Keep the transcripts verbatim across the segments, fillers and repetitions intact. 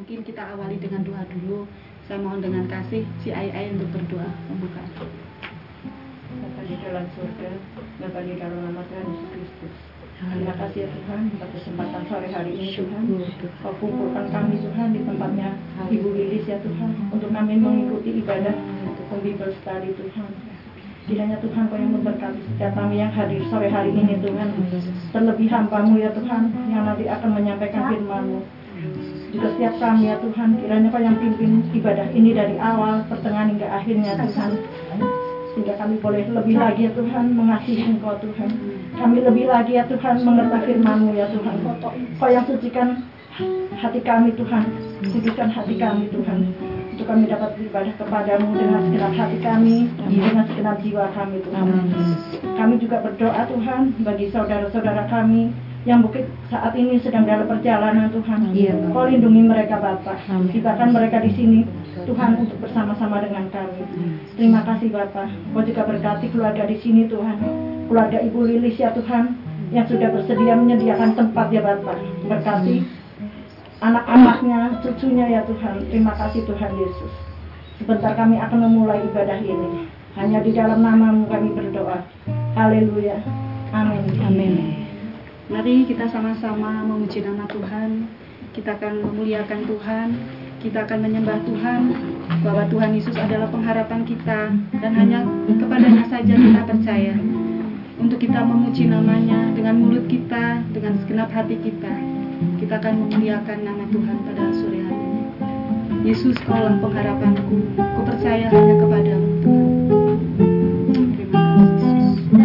mungkin kita awali dengan doa dulu. Saya mohon dengan kasih si Ai Ai untuk berdoa membuka. Bapa di dalam surga, Bapa di dalam nama Tuhan Yesus Kristus. Terima kasih ya Tuhan atas kesempatan sore hari ini Tuhan. Kau kumpulkan kami Tuhan di tempatnya Ibu Lilis ya Tuhan, untuk kami mengikuti ibadah Bible study Tuhan. Kiranya Tuhan Kau yang memberkati setiap kami yang hadir sore hari ini Tuhan. Terlebih hamba-Mu ya Tuhan yang nanti akan menyampaikan firman-Mu. Juga setiap kami ya Tuhan, kiranya Kau yang pimpin ibadah ini dari awal, pertengahan hingga akhirnya Tuhan. Sehingga kami boleh lebih lagi ya Tuhan mengasihi Engkau Tuhan. Kami lebih lagi ya Tuhan mengerti firman-Mu ya Tuhan. Kau yang sucikan hati kami Tuhan, kuduskan hati kami Tuhan, untuk kami dapat beribadah kepadamu dengan segenap hati kami, dengan segenap jiwa kami Tuhan. Kami juga berdoa Tuhan bagi saudara-saudara kami yang mungkin saat ini sedang dalam perjalanan Tuhan. Kau lindungi mereka Bapa, tibakan mereka di sini Tuhan untuk bersama-sama dengan kami. Terima kasih Bapa. Kau juga berkati keluarga di sini Tuhan, keluarga Ibu Lilis ya Tuhan, yang sudah bersedia menyediakan tempat ya Bapa. Berkati anak-anaknya, cucunya ya Tuhan. Terima kasih Tuhan Yesus. Sebentar kami akan memulai ibadah ini. Hanya di dalam nama-Mu kami berdoa. Haleluya. Amin. Amin. Mari kita sama-sama memuji nama Tuhan. Kita akan memuliakan Tuhan. Kita akan menyembah Tuhan, bahwa Tuhan Yesus adalah pengharapan kita, dan hanya kepadanya saja kita percaya. Untuk kita memuji namanya dengan mulut kita, dengan segenap hati kita. Kita akan memuliakan nama Tuhan pada sore hari ini. Yesus, Kaulah pengharapanku, ku percaya hanya kepadamu Tuhan. Terima kasih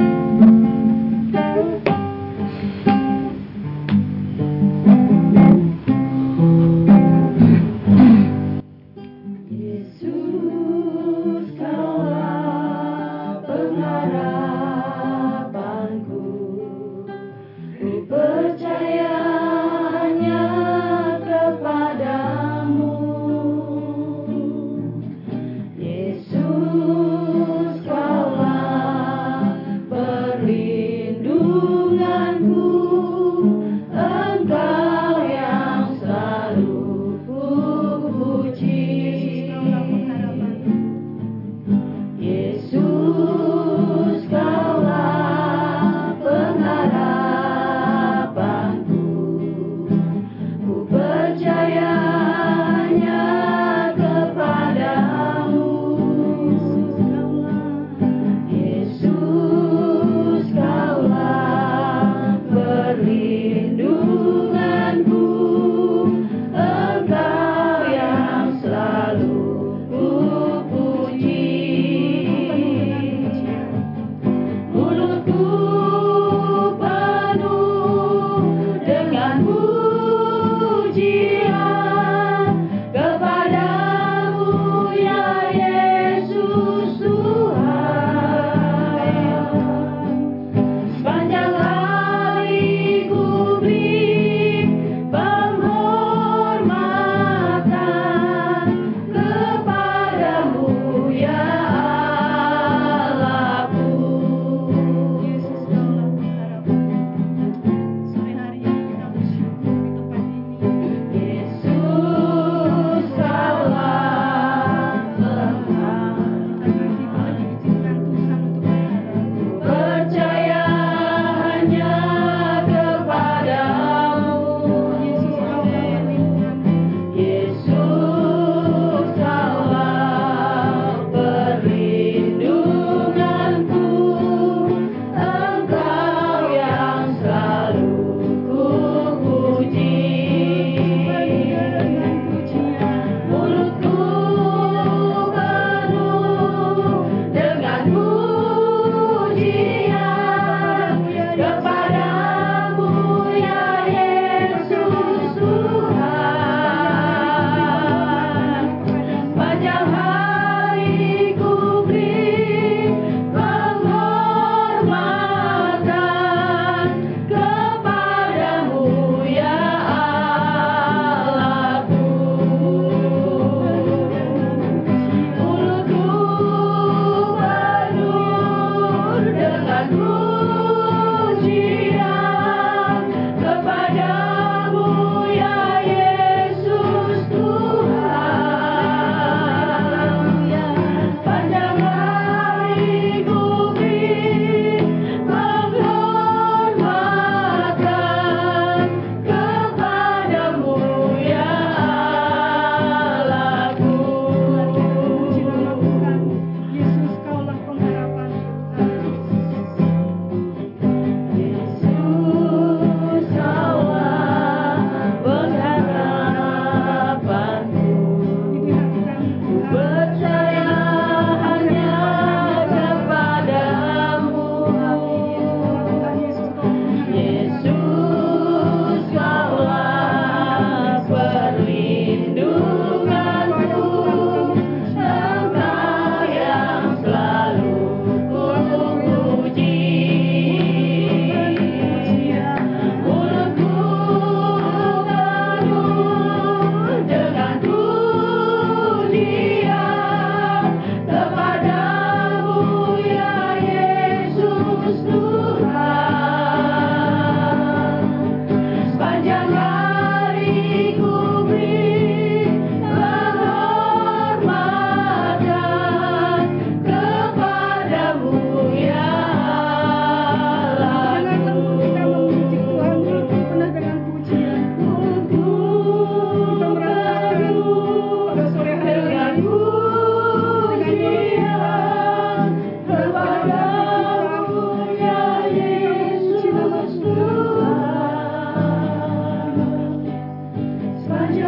Yesus. Yesus, Kaulah pengharapanku, ku percaya hanya kepadamu. Yesus,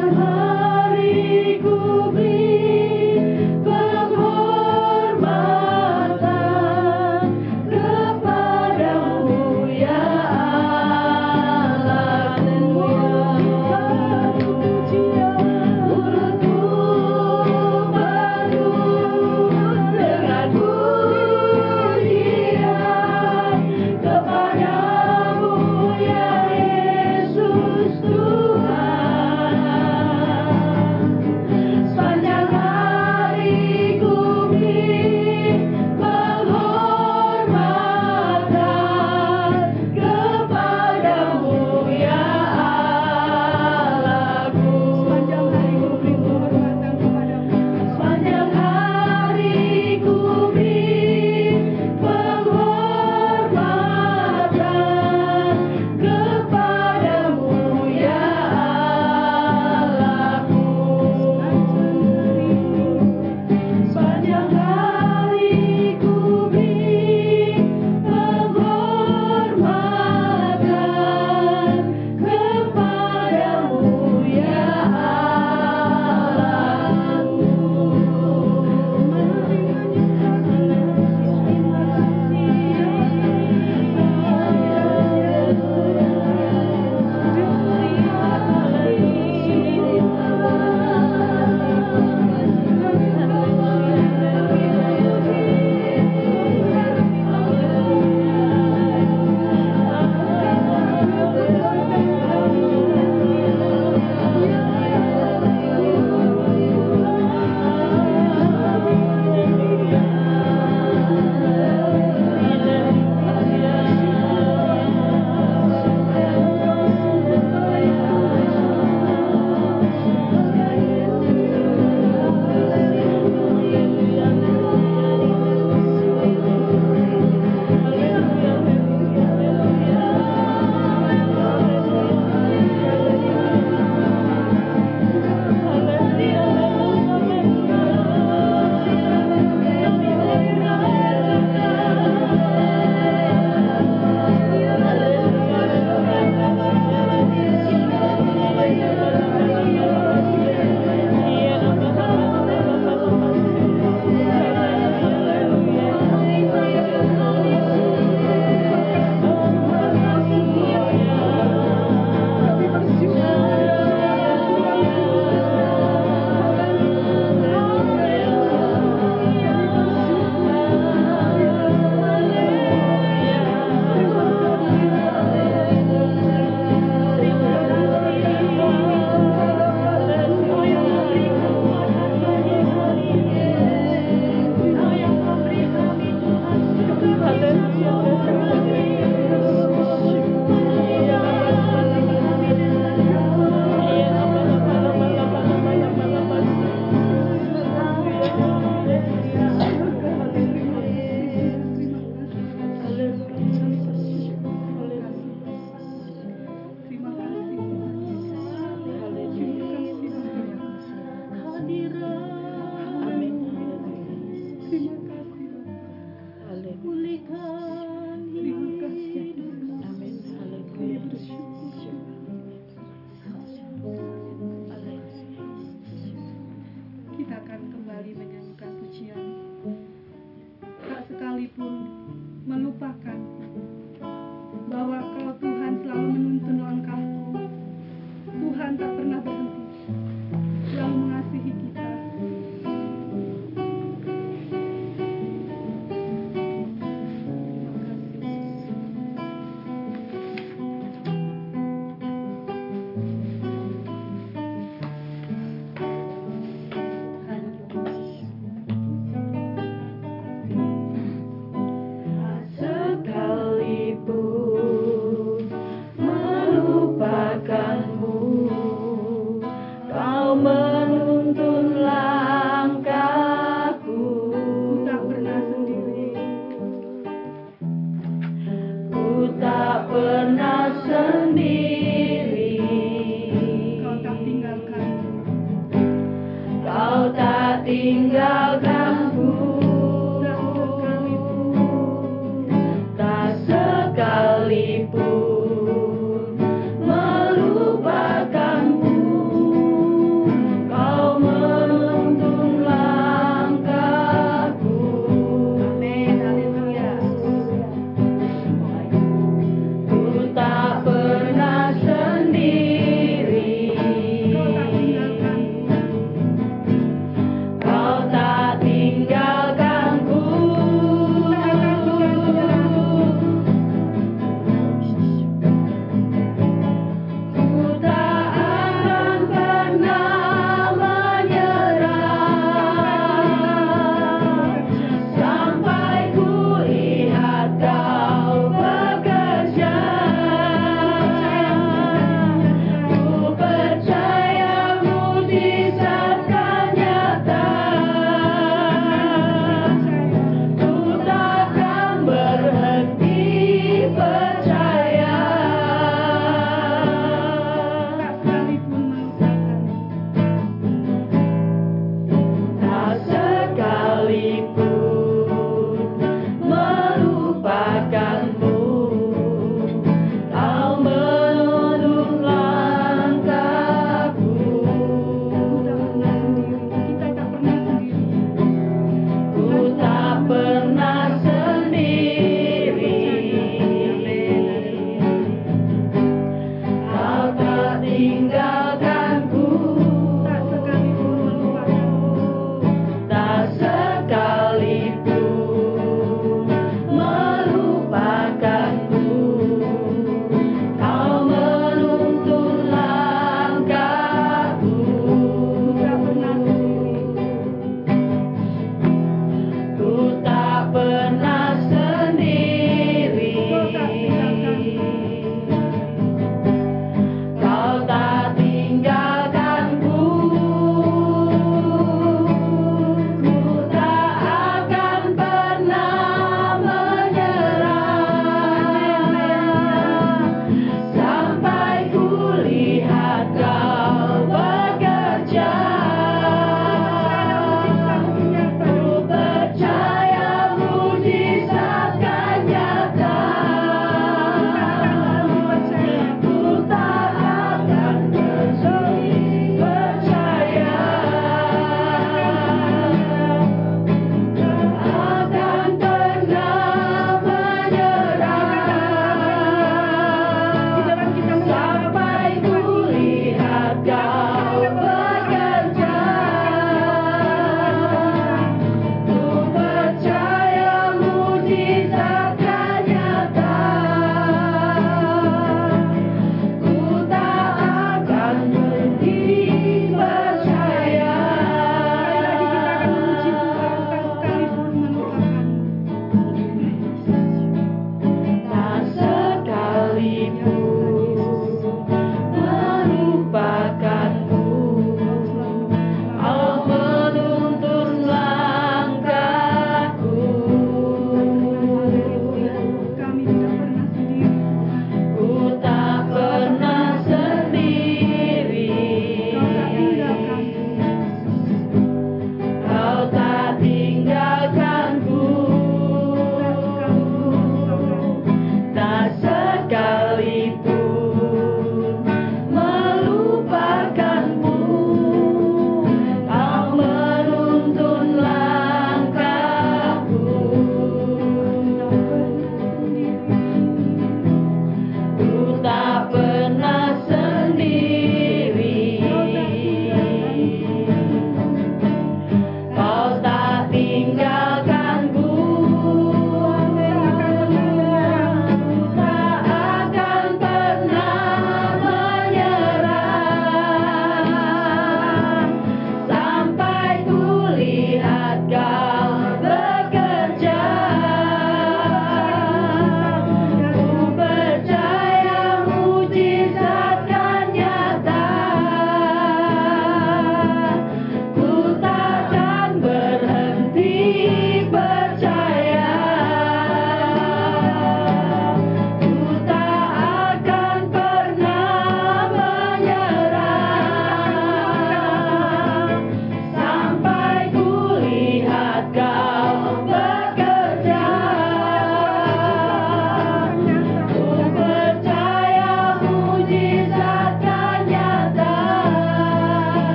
sekalipun melupakanmu.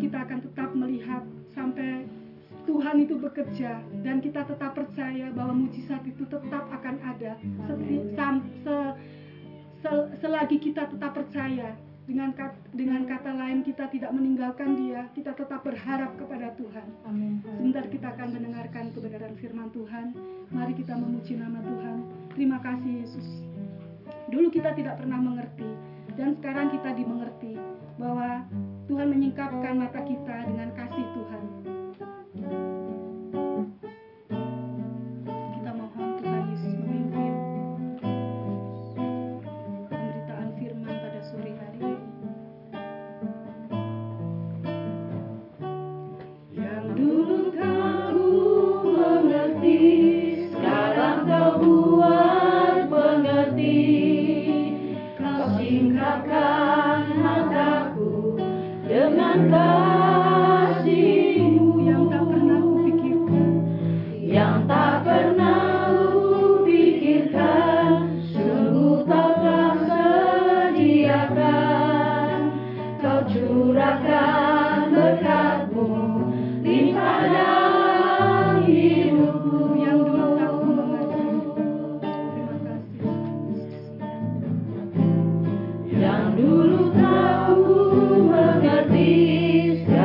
kita akan tetap melihat sampai Tuhan itu bekerja, dan kita tetap percaya bahwa mujizat itu tetap akan ada Seti- sam- se- se- selagi kita tetap percaya. Dengan kat- dengan kata lain, kita tidak meninggalkan Dia, kita tetap berharap kepada Tuhan. Amin. Sebentar kita akan mendengarkan kebenaran firman Tuhan. Mari kita memuji nama Tuhan. Terima kasih Yesus. Dulu kita tidak pernah mengerti, dan sekarang kita dimengerti bahwa Tuhan menyingkapkan mata kita dengan kasih Tuhan. Kita mohon Tuhan Yesus memimpin pemberitaan firman pada sore hari ini. Yang dulu tahu mengerti, sekarang kau buat mengerti. Kau singkapkan mataku dengan kasih-Mu Yang tak pernah kupikirkan, yang tak pernah kupikirkan, sungguh kau telah sediakan. Kau curahkan berkat-Mu limpah dalam hidupku. yang dulu tak ku mengerti. Terima kasih. Yang dulu tahu mengerti,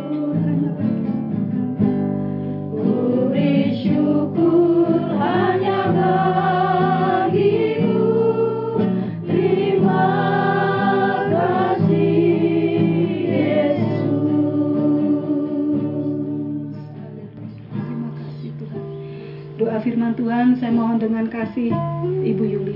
Doa firman Tuhan saya mohon dengan kasih Ibu Yuli.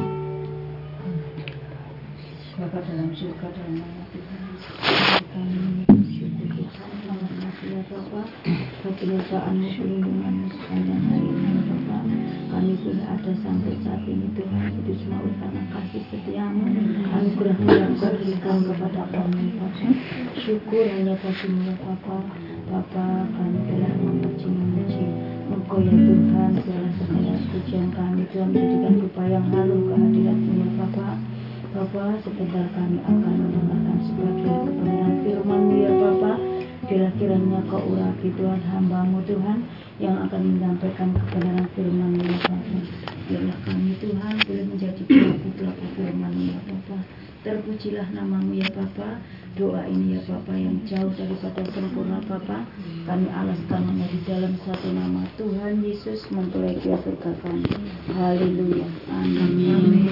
Bapa dalam surga, dalam nama Tuhan, kami bersyukur Tuhan, terima kasih ya Bapa, kebenaran-Mu, perlindungan-Mu sepanjang hari ini ya Bapa. Kami boleh ada sampai saat ini Tuhan, itu semua oleh karena kasih setia-Mu, anugerah-Mu yang Kau berikan kepada kami Bapa. Syukur hanya bagi-Mu ya Bapa. Bapa, kami telah memuji-memuji Engkau ya Tuhan, segala segala pujian kami Tuhan menjadikan rupa yang harum kehadirat-Mu ya Bapa. Bapa, sebentar kami akan mendengarkan sebagian kebenaran firman-Mu ya Bapa. Bila kiranya Kau urapi Tuhan hamba-Mu Tuhan yang akan menyampaikan kebenaran firman-Mu ya Bapa. Biarlah kami Tuhan boleh menjadi pelaku-pelaku firman-Mu ya Bapa. Terpujilah nama-Mu ya Bapa. Doa ini ya Bapa yang jauh daripada sempurna Bapa, kami alaskan hanya di dalam satu nama Tuhan Yesus mempelai surga kami. Haleluya. Amin.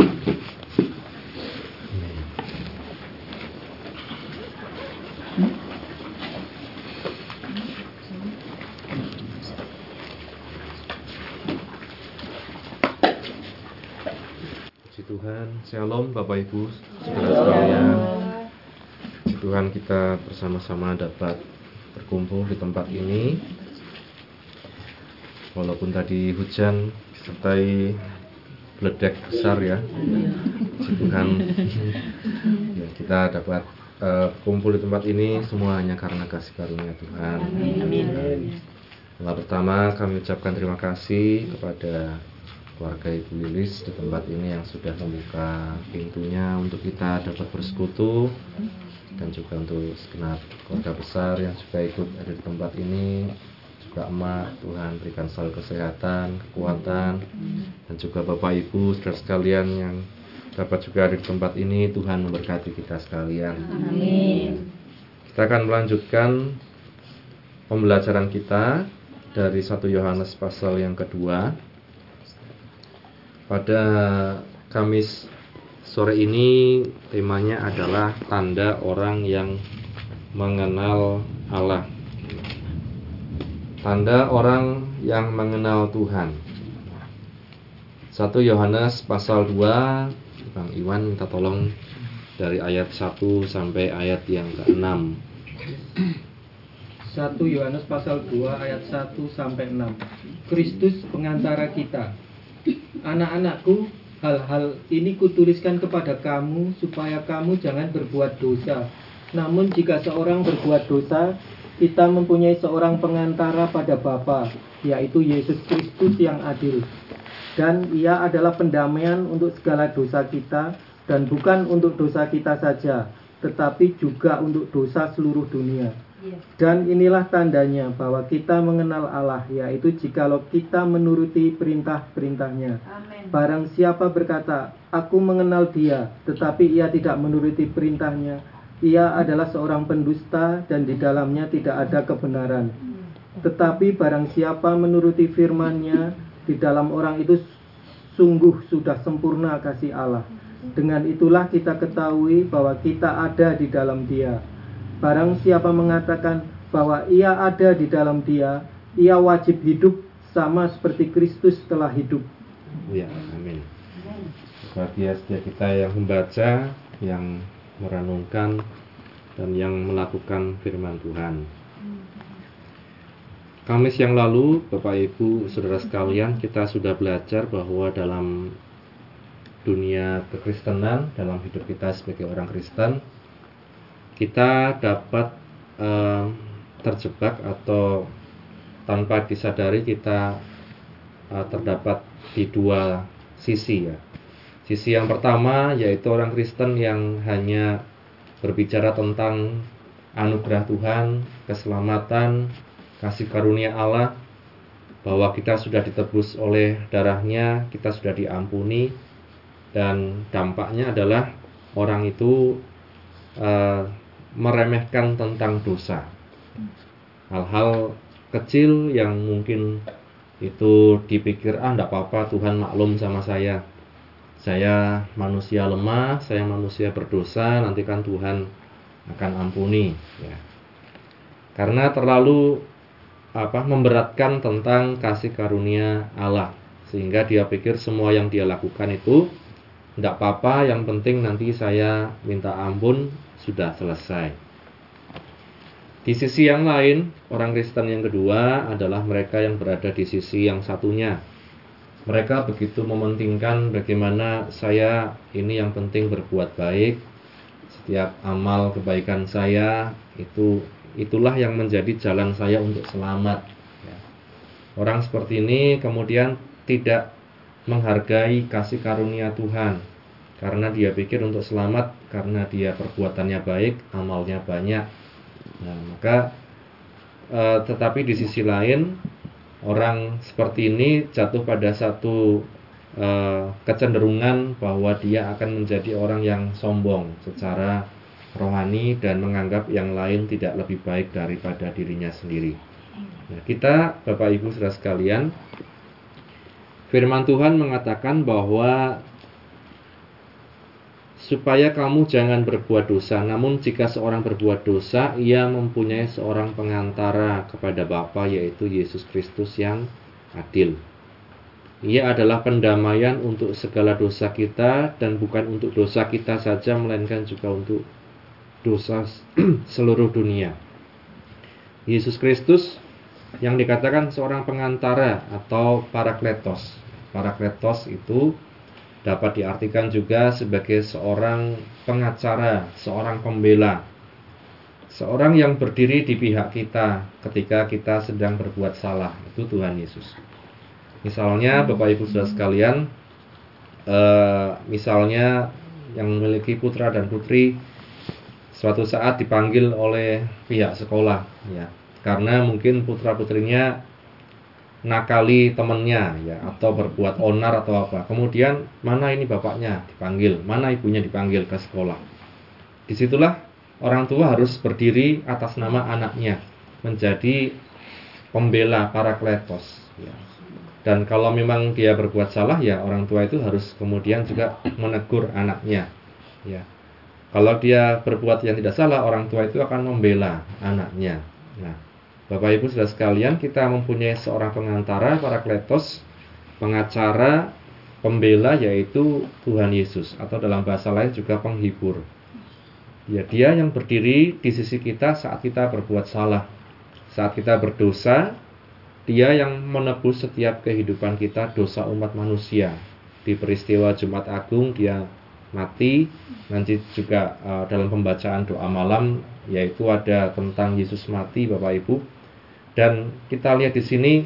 Puji Tuhan, Shalom Bapak Ibu, saudara sekalian. Puji Tuhan, kita bersama-sama dapat berkumpul di tempat ini. Walaupun tadi hujan disertai bledek besar ya, puji Tuhan, ya, kita dapat uh, kumpul di tempat ini semua hanya karena kasih karunia Tuhan. Amin. Yang pertama kami ucapkan terima kasih kepada keluarga Ibu Lilis di tempat ini yang sudah membuka pintunya untuk kita dapat bersekutu, dan juga untuk segenap keluarga besar yang juga ikut ada di tempat ini, juga emak, Tuhan berikan selalu kesehatan, kekuatan, dan juga Bapak Ibu saudara sekalian yang dapat juga ada di tempat ini, Tuhan memberkati kita sekalian. Amin. Kita akan melanjutkan pembelajaran kita dari satu Yohanes pasal yang kedua. Pada Kamis sore ini temanya adalah tanda orang yang mengenal Allah. Tanda orang yang mengenal Tuhan. satu Yohanes pasal dua, Bang Iwan minta tolong dari ayat satu sampai ayat yang keenam. satu Yohanes pasal dua ayat satu sampai enam. Kristus pengantara kita. Anak-anakku, hal-hal ini kutuliskan kepada kamu supaya kamu jangan berbuat dosa. Namun jika seorang berbuat dosa, kita mempunyai seorang pengantara pada Bapa, yaitu Yesus Kristus yang adil. Dan Ia adalah pendamaian untuk segala dosa kita, dan bukan untuk dosa kita saja, tetapi juga untuk dosa seluruh dunia. Dan inilah tandanya bahwa kita mengenal Allah, yaitu jikalau kita menuruti perintah-perintahnya. Barang siapa berkata, aku mengenal dia, tetapi ia tidak menuruti perintahnya, ia adalah seorang pendusta dan di dalamnya tidak ada kebenaran. Tetapi barang siapa menuruti firman-Nya, di dalam orang itu sungguh sudah sempurna kasih Allah. Dengan itulah kita ketahui bahwa kita ada di dalam Dia. Barang siapa mengatakan bahwa ia ada di dalam Dia, ia wajib hidup sama seperti Kristus telah hidup. Ya, amin. Bahagia setiap kita yang membaca, yang merenungkan, dan yang melakukan firman Tuhan. Kamis yang lalu, Bapak Ibu, saudara sekalian, kita sudah belajar bahwa dalam dunia kekristenan, dalam hidup kita sebagai orang Kristen, kita dapat eh, terjebak atau tanpa disadari kita eh, terdapat di dua sisi ya. Sisi yang pertama yaitu orang Kristen yang hanya berbicara tentang anugerah Tuhan, keselamatan, kasih karunia Allah, bahwa kita sudah ditebus oleh darahnya, kita sudah diampuni, dan dampaknya adalah orang itu uh, meremehkan tentang dosa. hal-hal kecil yang mungkin itu dipikir, ah enggak apa-apa, Tuhan maklum sama saya. Saya manusia lemah, saya manusia berdosa, nanti kan Tuhan akan ampuni, ya. Karena terlalu apa memberatkan tentang kasih karunia Allah, sehingga dia pikir semua yang dia lakukan itu tidak apa-apa, yang penting nanti saya minta ampun, sudah selesai. Di sisi yang lain, orang Kristen yang kedua adalah mereka yang berada di sisi yang satunya. Mereka begitu mementingkan bagaimana saya ini yang penting berbuat baik, setiap amal kebaikan saya itu itulah yang menjadi jalan saya untuk selamat. Orang seperti ini kemudian tidak menghargai kasih karunia Tuhan, karena dia pikir untuk selamat karena dia perbuatannya baik, amalnya banyak. Nah, maka e, tetapi di sisi lain, orang seperti ini jatuh pada satu e, kecenderungan bahwa dia akan menjadi orang yang sombong secara rohani dan menganggap yang lain tidak lebih baik daripada dirinya sendiri. Nah, kita, Bapak Ibu saudara sekalian, firman Tuhan mengatakan bahwa supaya kamu jangan berbuat dosa, namun jika seorang berbuat dosa, ia mempunyai seorang pengantara kepada Bapa, yaitu Yesus Kristus yang adil. Ia adalah pendamaian untuk segala dosa kita, dan bukan untuk dosa kita saja, melainkan juga untuk dosa seluruh dunia. Yesus Kristus yang dikatakan seorang pengantara atau parakletos. Parakletos itu dapat diartikan juga sebagai seorang pengacara, seorang pembela, seorang yang berdiri di pihak kita ketika kita sedang berbuat salah. Itu Tuhan Yesus. Misalnya Bapak Ibu saudara sekalian, eh, misalnya yang memiliki putra dan putri suatu saat dipanggil oleh pihak sekolah, ya, karena mungkin putra putrinya nakali temannya, ya, atau berbuat onar atau apa. Kemudian mana ini bapaknya dipanggil, mana ibunya dipanggil ke sekolah. Disitulah orang tua harus berdiri atas nama anaknya, menjadi pembela, parakletos, ya. Dan kalau memang dia berbuat salah, ya orang tua itu harus kemudian juga menegur anaknya, ya. Kalau dia berbuat yang tidak salah, orang tua itu akan membela anaknya. Nah, Bapak Ibu saudara sekalian, kita mempunyai seorang pengantara, parakletos, pengacara, pembela, yaitu Tuhan Yesus, atau dalam bahasa lain juga penghibur. Ya, dia yang berdiri di sisi kita saat kita berbuat salah, saat kita berdosa. Dia yang menebus setiap kehidupan kita, dosa umat manusia. Di peristiwa Jumat Agung dia mati. Nanti juga uh, dalam pembacaan doa malam, yaitu ada tentang Yesus mati, Bapak Ibu. Dan kita lihat di sini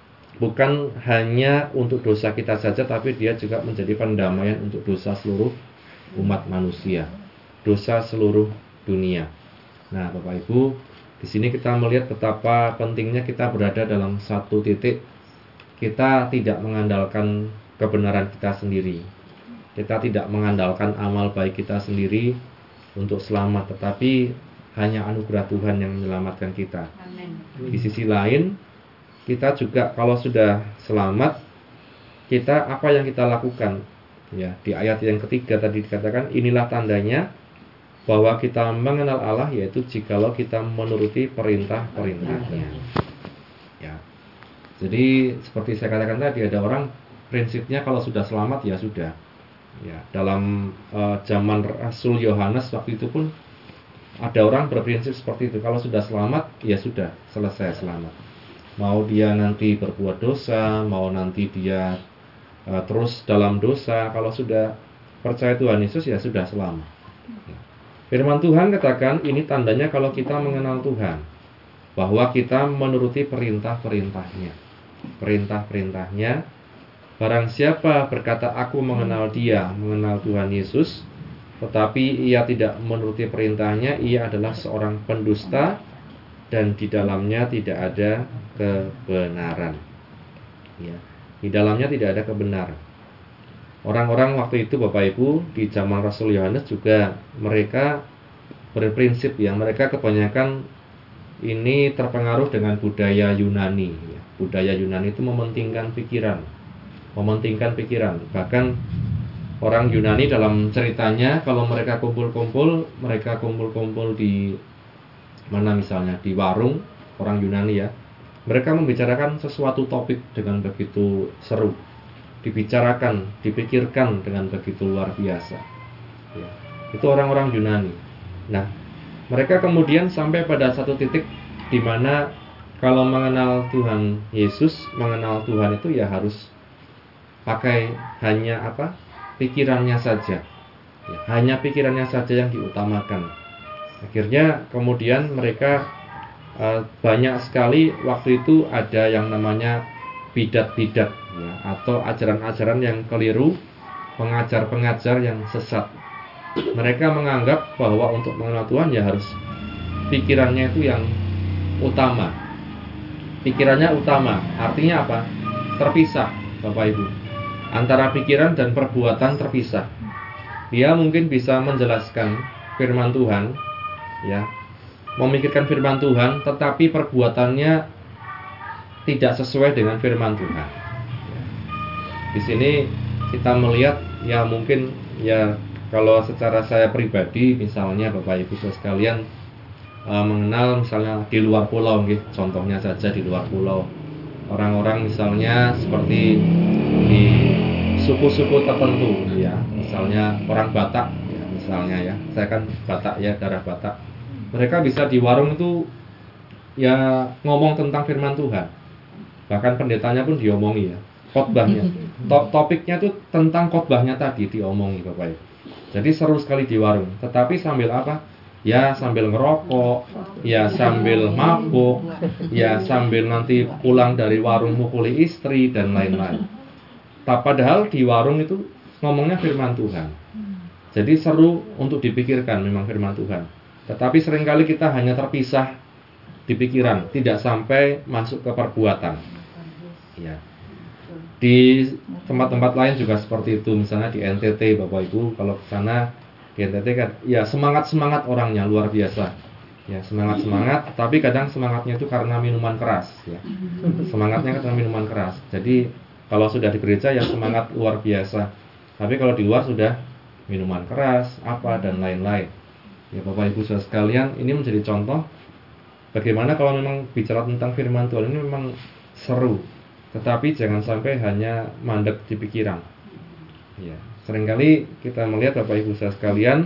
bukan hanya untuk dosa kita saja, tapi dia juga menjadi pendamaian untuk dosa seluruh umat manusia, dosa seluruh dunia. Nah, Bapak Ibu, di sini kita melihat betapa pentingnya kita berada dalam satu titik. Kita tidak mengandalkan kebenaran kita sendiri. Kita tidak mengandalkan amal baik kita sendiri untuk selamat, tetapi hanya anugerah Tuhan yang menyelamatkan kita. Amen. Di sisi lain, kita juga kalau sudah selamat, kita apa yang kita lakukan? Ya, di ayat yang ketiga tadi dikatakan, inilah tandanya bahwa kita mengenal Allah, yaitu jikalau kita menuruti perintah-perintahnya. Ya. Jadi seperti saya katakan tadi, ada orang prinsipnya kalau sudah selamat ya sudah. Ya, dalam uh, zaman Rasul Yohanes waktu itu pun ada orang berprinsip seperti itu. Kalau sudah selamat ya sudah, selesai selamat. Mau dia nanti berbuat dosa, mau nanti dia uh, terus dalam dosa, kalau sudah percaya Tuhan Yesus ya sudah selamat. Ya. Firman Tuhan katakan ini tandanya kalau kita mengenal Tuhan, bahwa kita menuruti perintah-perintahnya. Perintah-perintahnya. Barang siapa berkata aku mengenal dia, mengenal Tuhan Yesus, tetapi ia tidak menuruti perintahnya, ia adalah seorang pendusta, dan di dalamnya tidak ada kebenaran. Ya, di dalamnya tidak ada kebenaran. Orang-orang waktu itu, Bapak Ibu, di zaman Rasul Yohanes juga mereka berprinsip, ya, mereka kebanyakan ini terpengaruh dengan budaya Yunani. Budaya Yunani itu mementingkan pikiran, mementingkan pikiran. Bahkan orang Yunani dalam ceritanya kalau mereka kumpul-kumpul, mereka kumpul-kumpul di mana misalnya di warung orang Yunani ya. Mereka membicarakan sesuatu topik dengan begitu seru, dibicarakan, dipikirkan dengan begitu luar biasa. Ya, itu orang-orang Yunani. Nah, mereka kemudian sampai pada satu titik di mana kalau mengenal Tuhan Yesus, mengenal Tuhan itu ya harus pakai hanya apa? Pikirannya saja. Ya, hanya pikirannya saja yang diutamakan. Akhirnya kemudian mereka uh, banyak sekali waktu itu ada yang namanya bidat-bidat ya, atau ajaran-ajaran yang keliru, pengajar-pengajar yang sesat. Mereka menganggap bahwa untuk mengenal Tuhan ya harus pikirannya itu yang utama. Pikirannya utama, artinya apa? Terpisah, Bapak Ibu. Antara pikiran dan perbuatan terpisah. Dia mungkin bisa menjelaskan firman Tuhan, ya, memikirkan firman Tuhan, tetapi perbuatannya tidak sesuai dengan firman Tuhan. Di sini kita melihat, ya mungkin ya kalau secara saya pribadi, misalnya Bapak Ibu sekalian uh, mengenal misalnya di luar pulau, gitu, contohnya saja di luar pulau, orang-orang misalnya seperti di suku-suku tertentu, ya, misalnya orang Batak, ya, misalnya ya, saya kan Batak ya, darah Batak. Mereka bisa di warung itu ya ngomong tentang firman Tuhan, bahkan pendetanya pun diomongi ya, khotbahnya, to- topiknya itu tentang khotbahnya tadi diomongi Bapak Ibu. Jadi seru sekali di warung, tetapi sambil apa? Ya sambil ngerokok, ya sambil mabuk, ya sambil nanti pulang dari warung mukuli istri dan lain-lain. Padahal di warung itu ngomongnya firman Tuhan. Jadi seru untuk dipikirkan memang firman Tuhan. Tetapi seringkali kita hanya terpisah di pikiran, tidak sampai masuk ke perbuatan. Ya. Di tempat-tempat lain juga seperti itu, misalnya di N T T Bapak Ibu, kalau ke sana di N T T kan ya semangat-semangat orangnya luar biasa. Ya, semangat-semangat, tapi kadang semangatnya itu karena minuman keras, ya. Semangatnya karena minuman keras. Jadi kalau sudah di gereja ya semangat luar biasa. Tapi kalau di luar sudah minuman keras, apa dan lain-lain. Ya Bapak Ibu saudara sekalian, ini menjadi contoh bagaimana kalau memang bicara tentang firman Tuhan ini memang seru. Tetapi jangan sampai hanya mandek di pikiran. Ya, seringkali kita melihat Bapak Ibu saudara sekalian,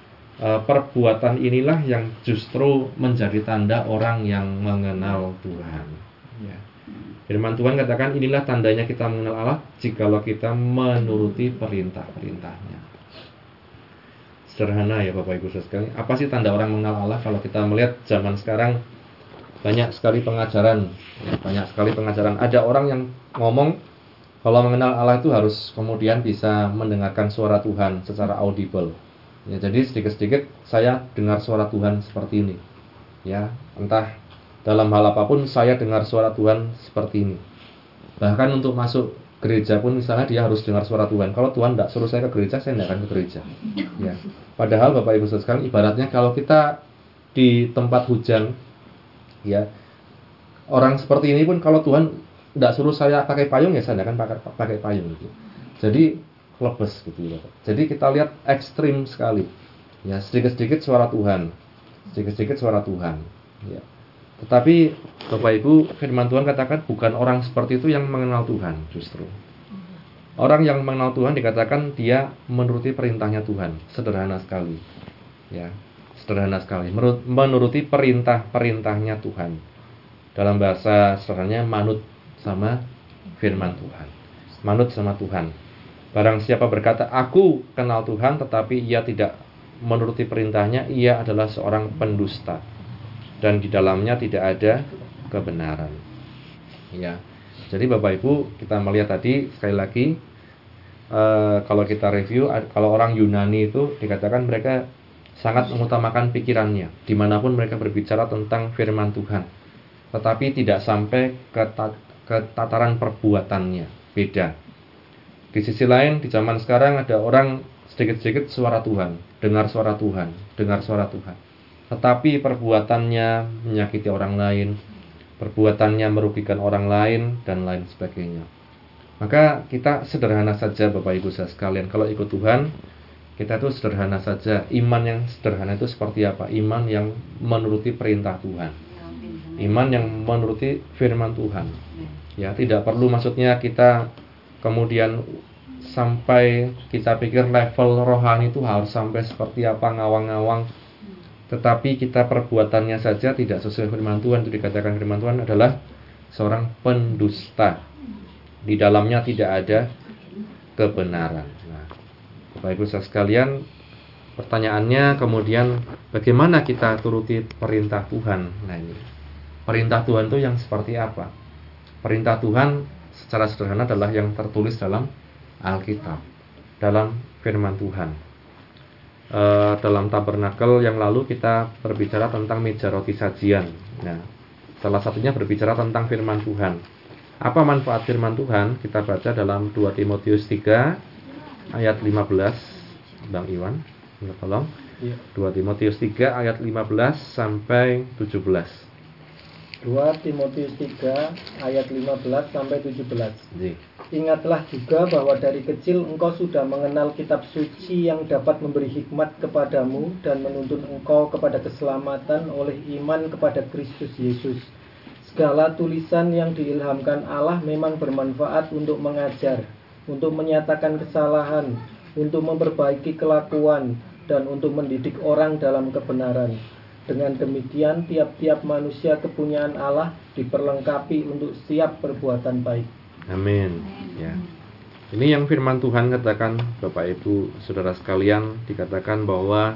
perbuatan inilah yang justru menjadi tanda orang yang mengenal Tuhan. Ya. Firman Tuhan katakan inilah tandanya kita mengenal Allah, jikalau kita menuruti perintah-perintahnya. Sederhana ya Bapak Ibu saudara sekalian. Apa sih tanda orang mengenal Allah? Kalau kita melihat zaman sekarang banyak sekali pengajaran, ya, banyak sekali pengajaran. Ada orang yang ngomong kalau mengenal Allah itu harus kemudian bisa mendengarkan suara Tuhan secara audible. Ya, jadi sedikit-sedikit saya dengar suara Tuhan seperti ini. Ya, entah dalam hal apapun saya dengar suara Tuhan seperti ini. Bahkan untuk masuk gereja pun misalnya dia harus dengar suara Tuhan. Kalau Tuhan tidak suruh saya ke gereja, saya tidak akan ke gereja. Ya. Padahal Bapak Ibu saudara sekalian, ibaratnya kalau kita di tempat hujan, ya, orang seperti ini pun kalau Tuhan tidak suruh saya pakai payung, ya saya tidak akan pakai, pakai payung gitu. Jadi lebes gitu ya. Jadi kita lihat ekstrim sekali. Ya, sedikit-sedikit suara Tuhan, sedikit-sedikit suara Tuhan. Ya. Tetapi Bapak Ibu, firman Tuhan katakan bukan orang seperti itu yang mengenal Tuhan justru. Orang yang mengenal Tuhan dikatakan dia menuruti perintahnya Tuhan, sederhana sekali. Ya. Sederhana sekali, menuruti perintah-perintahnya Tuhan. Dalam bahasa sederhananya manut sama firman Tuhan. Manut sama Tuhan. Barang siapa berkata, aku kenal Tuhan, tetapi ia tidak menuruti perintahnya, ia adalah seorang pendusta. Dan di dalamnya tidak ada kebenaran. Ya. Jadi Bapak Ibu, kita melihat tadi, sekali lagi, uh, kalau kita review, kalau orang Yunani itu dikatakan mereka sangat mengutamakan pikirannya dimanapun mereka berbicara tentang firman Tuhan, tetapi tidak sampai ke, tat, ke tataran perbuatannya. Beda. Di sisi lain, di zaman sekarang ada orang sedikit-sedikit suara Tuhan, dengar suara Tuhan, dengar suara Tuhan. tetapi perbuatannya menyakiti orang lain, perbuatannya merugikan orang lain, dan lain sebagainya. Maka kita sederhana saja Bapak Ibu saudara sekalian, kalau ikut Tuhan, kita itu sederhana saja. Iman yang sederhana itu seperti apa? Iman yang menuruti perintah Tuhan, iman yang menuruti firman Tuhan. Ya, tidak perlu maksudnya kita kemudian sampai kita pikir level rohani itu harus sampai seperti apa, ngawang-ngawang. Tetapi kita perbuatannya saja tidak sesuai firman Tuhan. Itu dikatakan firman Tuhan adalah seorang pendusta. Di dalamnya tidak ada kebenaran. Nah, Bapak Ibu saudara sekalian, pertanyaannya kemudian bagaimana kita turuti perintah Tuhan? Nah ini, perintah Tuhan itu yang seperti apa? Perintah Tuhan secara sederhana adalah yang tertulis dalam Alkitab, dalam firman Tuhan. E, dalam tabernakel yang lalu kita berbicara tentang meja roti sajian. Nah, salah satunya berbicara tentang firman Tuhan. Apa manfaat firman Tuhan? Kita baca dalam dua Timotius tiga ayat lima belas. Bang Iwan, minta tolong. Iya. dua Timotius tiga ayat lima belas sampai tujuh belas. dua Timotius tiga ayat lima belas sampai tujuh belas. Jadi, Ingatlah juga bahwa dari kecil engkau sudah mengenal kitab suci yang dapat memberi hikmat kepadamu dan menuntun engkau kepada keselamatan oleh iman kepada Kristus Yesus. Segala tulisan yang diilhamkan Allah memang bermanfaat untuk mengajar, untuk menyatakan kesalahan, untuk memperbaiki kelakuan, dan untuk mendidik orang dalam kebenaran. Dengan demikian tiap-tiap manusia kepunyaan Allah diperlengkapi untuk setiap perbuatan baik. amin. Ya. Ini yang firman Tuhan katakan, Bapak Ibu saudara sekalian, dikatakan bahwa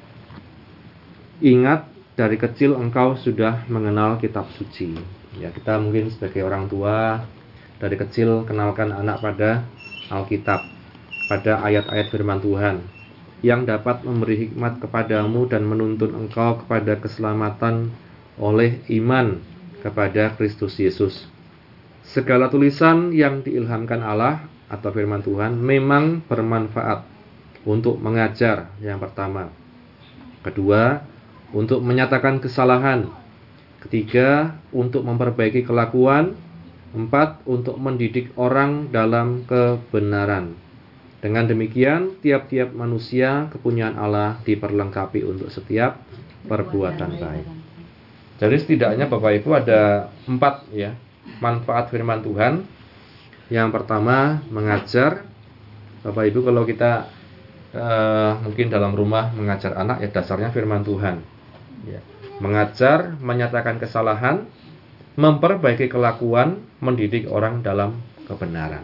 ingat dari kecil engkau sudah mengenal kitab suci. Ya, kita mungkin sebagai orang tua dari kecil kenalkan anak pada Alkitab, pada ayat-ayat firman Tuhan yang dapat memberi hikmat kepadamu dan menuntun engkau kepada keselamatan oleh iman kepada Kristus Yesus. Segala tulisan yang diilhamkan Allah atau firman Tuhan memang bermanfaat untuk mengajar, yang pertama. Kedua, untuk menyatakan kesalahan. Ketiga, untuk memperbaiki kelakuan. Empat, untuk mendidik orang dalam kebenaran. Dengan demikian, tiap-tiap manusia kepunyaan Allah diperlengkapi untuk setiap perbuatan baik. Jadi setidaknya Bapak Ibu ada empat ya manfaat firman Tuhan. Yang pertama, mengajar. Bapak Ibu kalau kita uh, mungkin dalam rumah mengajar anak, ya dasarnya firman Tuhan ya. Mengajar, menyatakan kesalahan, memperbaiki kelakuan, mendidik orang dalam kebenaran.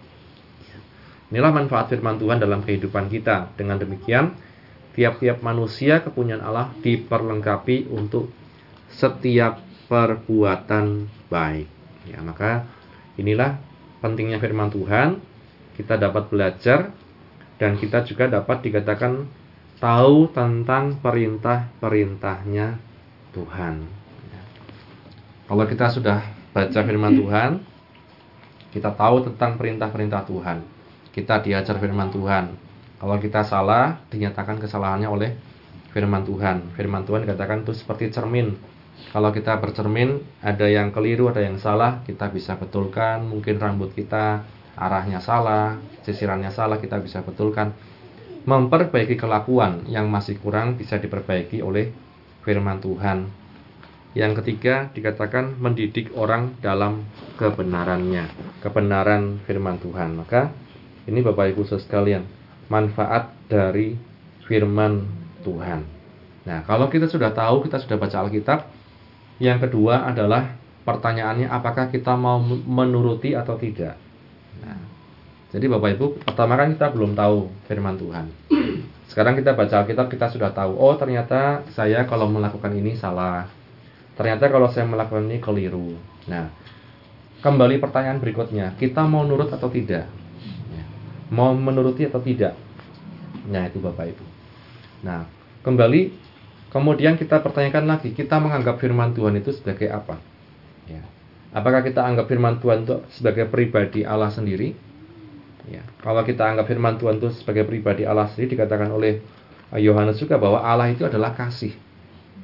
Inilah manfaat firman Tuhan dalam kehidupan kita. Dengan demikian, tiap-tiap manusia kepunyaan Allah diperlengkapi untuk setiap perbuatan baik. Ya, maka inilah pentingnya firman Tuhan. Kita dapat belajar dan kita juga dapat dikatakan tahu tentang perintah-perintahnya Tuhan. Ya. Kalau kita sudah baca firman Tuhan, kita tahu tentang perintah-perintah Tuhan. Kita diajar firman Tuhan. Kalau kita salah, dinyatakan kesalahannya oleh firman Tuhan. Firman Tuhan dikatakan itu seperti cermin. Kalau kita bercermin, ada yang keliru, ada yang salah, kita bisa betulkan. Mungkin rambut kita arahnya salah, sisirannya salah, kita bisa betulkan. Memperbaiki kelakuan yang masih kurang bisa diperbaiki oleh firman Tuhan. Yang ketiga dikatakan mendidik orang dalam kebenarannya, kebenaran firman Tuhan. Maka ini Bapak Ibu saudara sekalian, manfaat dari firman Tuhan. Nah, kalau kita sudah tahu, kita sudah baca Alkitab, yang kedua adalah pertanyaannya apakah kita mau menuruti atau tidak. Nah, jadi Bapak Ibu, pertama kan kita belum tahu firman Tuhan. Sekarang kita baca Alkitab, kita sudah tahu, oh ternyata saya kalau melakukan ini salah. Ternyata kalau saya melakukan ini keliru. Nah, kembali pertanyaan berikutnya, kita mau nurut atau tidak? Mau menuruti atau tidak? Nah, itu Bapak Ibu. Nah, kembali kemudian kita pertanyakan lagi, kita menganggap firman Tuhan itu sebagai apa? Ya. Apakah kita anggap firman Tuhan itu sebagai pribadi Allah sendiri? Ya. Kalau kita anggap firman Tuhan itu sebagai pribadi Allah sendiri, dikatakan oleh Yohanes juga bahwa Allah itu adalah kasih.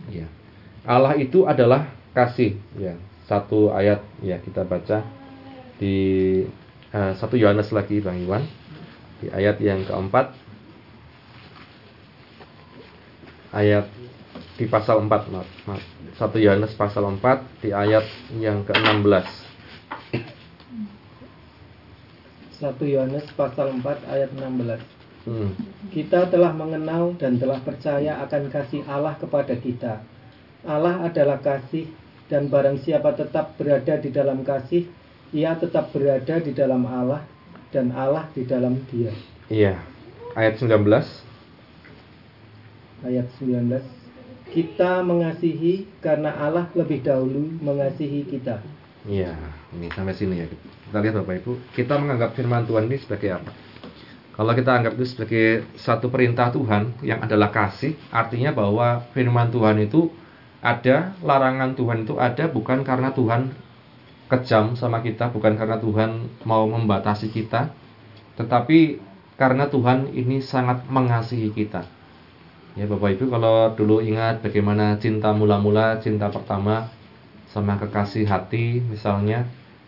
Ya. Allah itu adalah kasih. Ya. Satu ayat ya kita baca di uh, satu Yohanes lagi Bang Iwan, di ayat yang keempat, ayat di pasal empat, maaf, maaf. satu Yohanes pasal empat di ayat yang keenam belas. satu Yohanes pasal empat ayat enam belas. Hmm. Kita telah mengenal dan telah percaya akan kasih Allah kepada kita. Allah adalah kasih, dan barang siapa tetap berada di dalam kasih, ia tetap berada di dalam Allah, dan Allah di dalam dia. Iya. Ayat sembilan belas. Ayat sembilan belas. Kita mengasihi karena Allah lebih dahulu mengasihi kita. Iya, ini sampai sini ya. Kita lihat Bapak Ibu, kita menganggap firman Tuhan ini sebagai apa? Kalau kita anggap itu sebagai satu perintah Tuhan yang adalah kasih, artinya bahwa firman Tuhan itu ada, larangan Tuhan itu ada bukan karena Tuhan kejam sama kita, bukan karena Tuhan mau membatasi kita, tetapi karena Tuhan ini sangat mengasihi kita. Ya Bapak Ibu, kalau dulu ingat bagaimana cinta mula-mula, cinta pertama sama kekasih hati misalnya,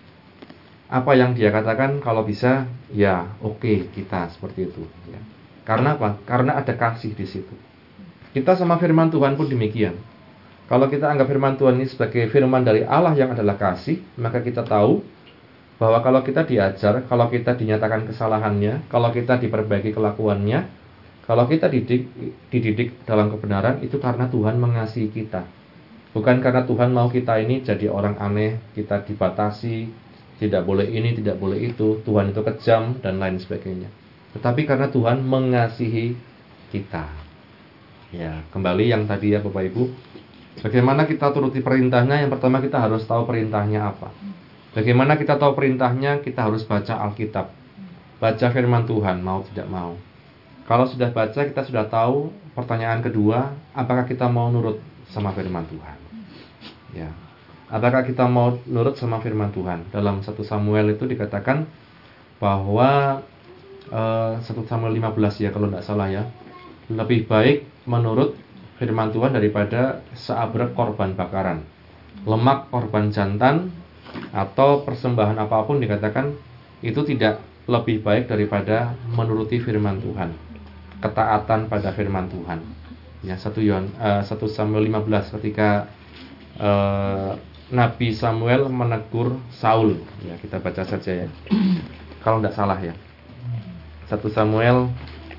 apa yang dia katakan kalau bisa, ya oke okay, kita seperti itu. Ya. Karena apa? Karena ada kasih di situ. Kita sama firman Tuhan pun demikian. Kalau kita anggap firman Tuhan ini sebagai firman dari Allah yang adalah kasih, maka kita tahu bahwa kalau kita diajar, kalau kita dinyatakan kesalahannya, kalau kita diperbaiki kelakuannya, kalau kita didik, dididik dalam kebenaran, itu karena Tuhan mengasihi kita. Bukan karena Tuhan mau kita ini jadi orang aneh, kita dibatasi, tidak boleh ini, tidak boleh itu, Tuhan itu kejam, dan lain sebagainya. Tetapi karena Tuhan mengasihi kita. Ya, kembali yang tadi ya Bapak Ibu, bagaimana kita turuti perintahnya? Yang pertama kita harus tahu perintahnya apa. Bagaimana kita tahu perintahnya? Kita harus baca Alkitab, baca firman Tuhan, mau tidak mau. Kalau sudah baca, kita sudah tahu. Pertanyaan kedua, apakah kita mau nurut sama firman Tuhan? Ya, apakah kita mau nurut sama firman Tuhan? Dalam satu Samuel itu dikatakan bahwa uh, satu Samuel lima belas ya kalau tidak salah ya, lebih baik menurut firman Tuhan daripada seabrek korban bakaran, lemak korban jantan, atau persembahan apapun dikatakan itu tidak lebih baik daripada menuruti firman Tuhan, ketaatan pada firman Tuhan. Ya, satu Yohan, uh, satu Samuel lima belas ketika uh, Nabi Samuel menegur Saul. Ya, kita baca saja ya. Kalau tidak salah ya. satu Samuel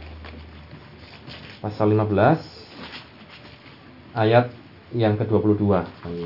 pasal lima belas ayat yang ke dua puluh dua.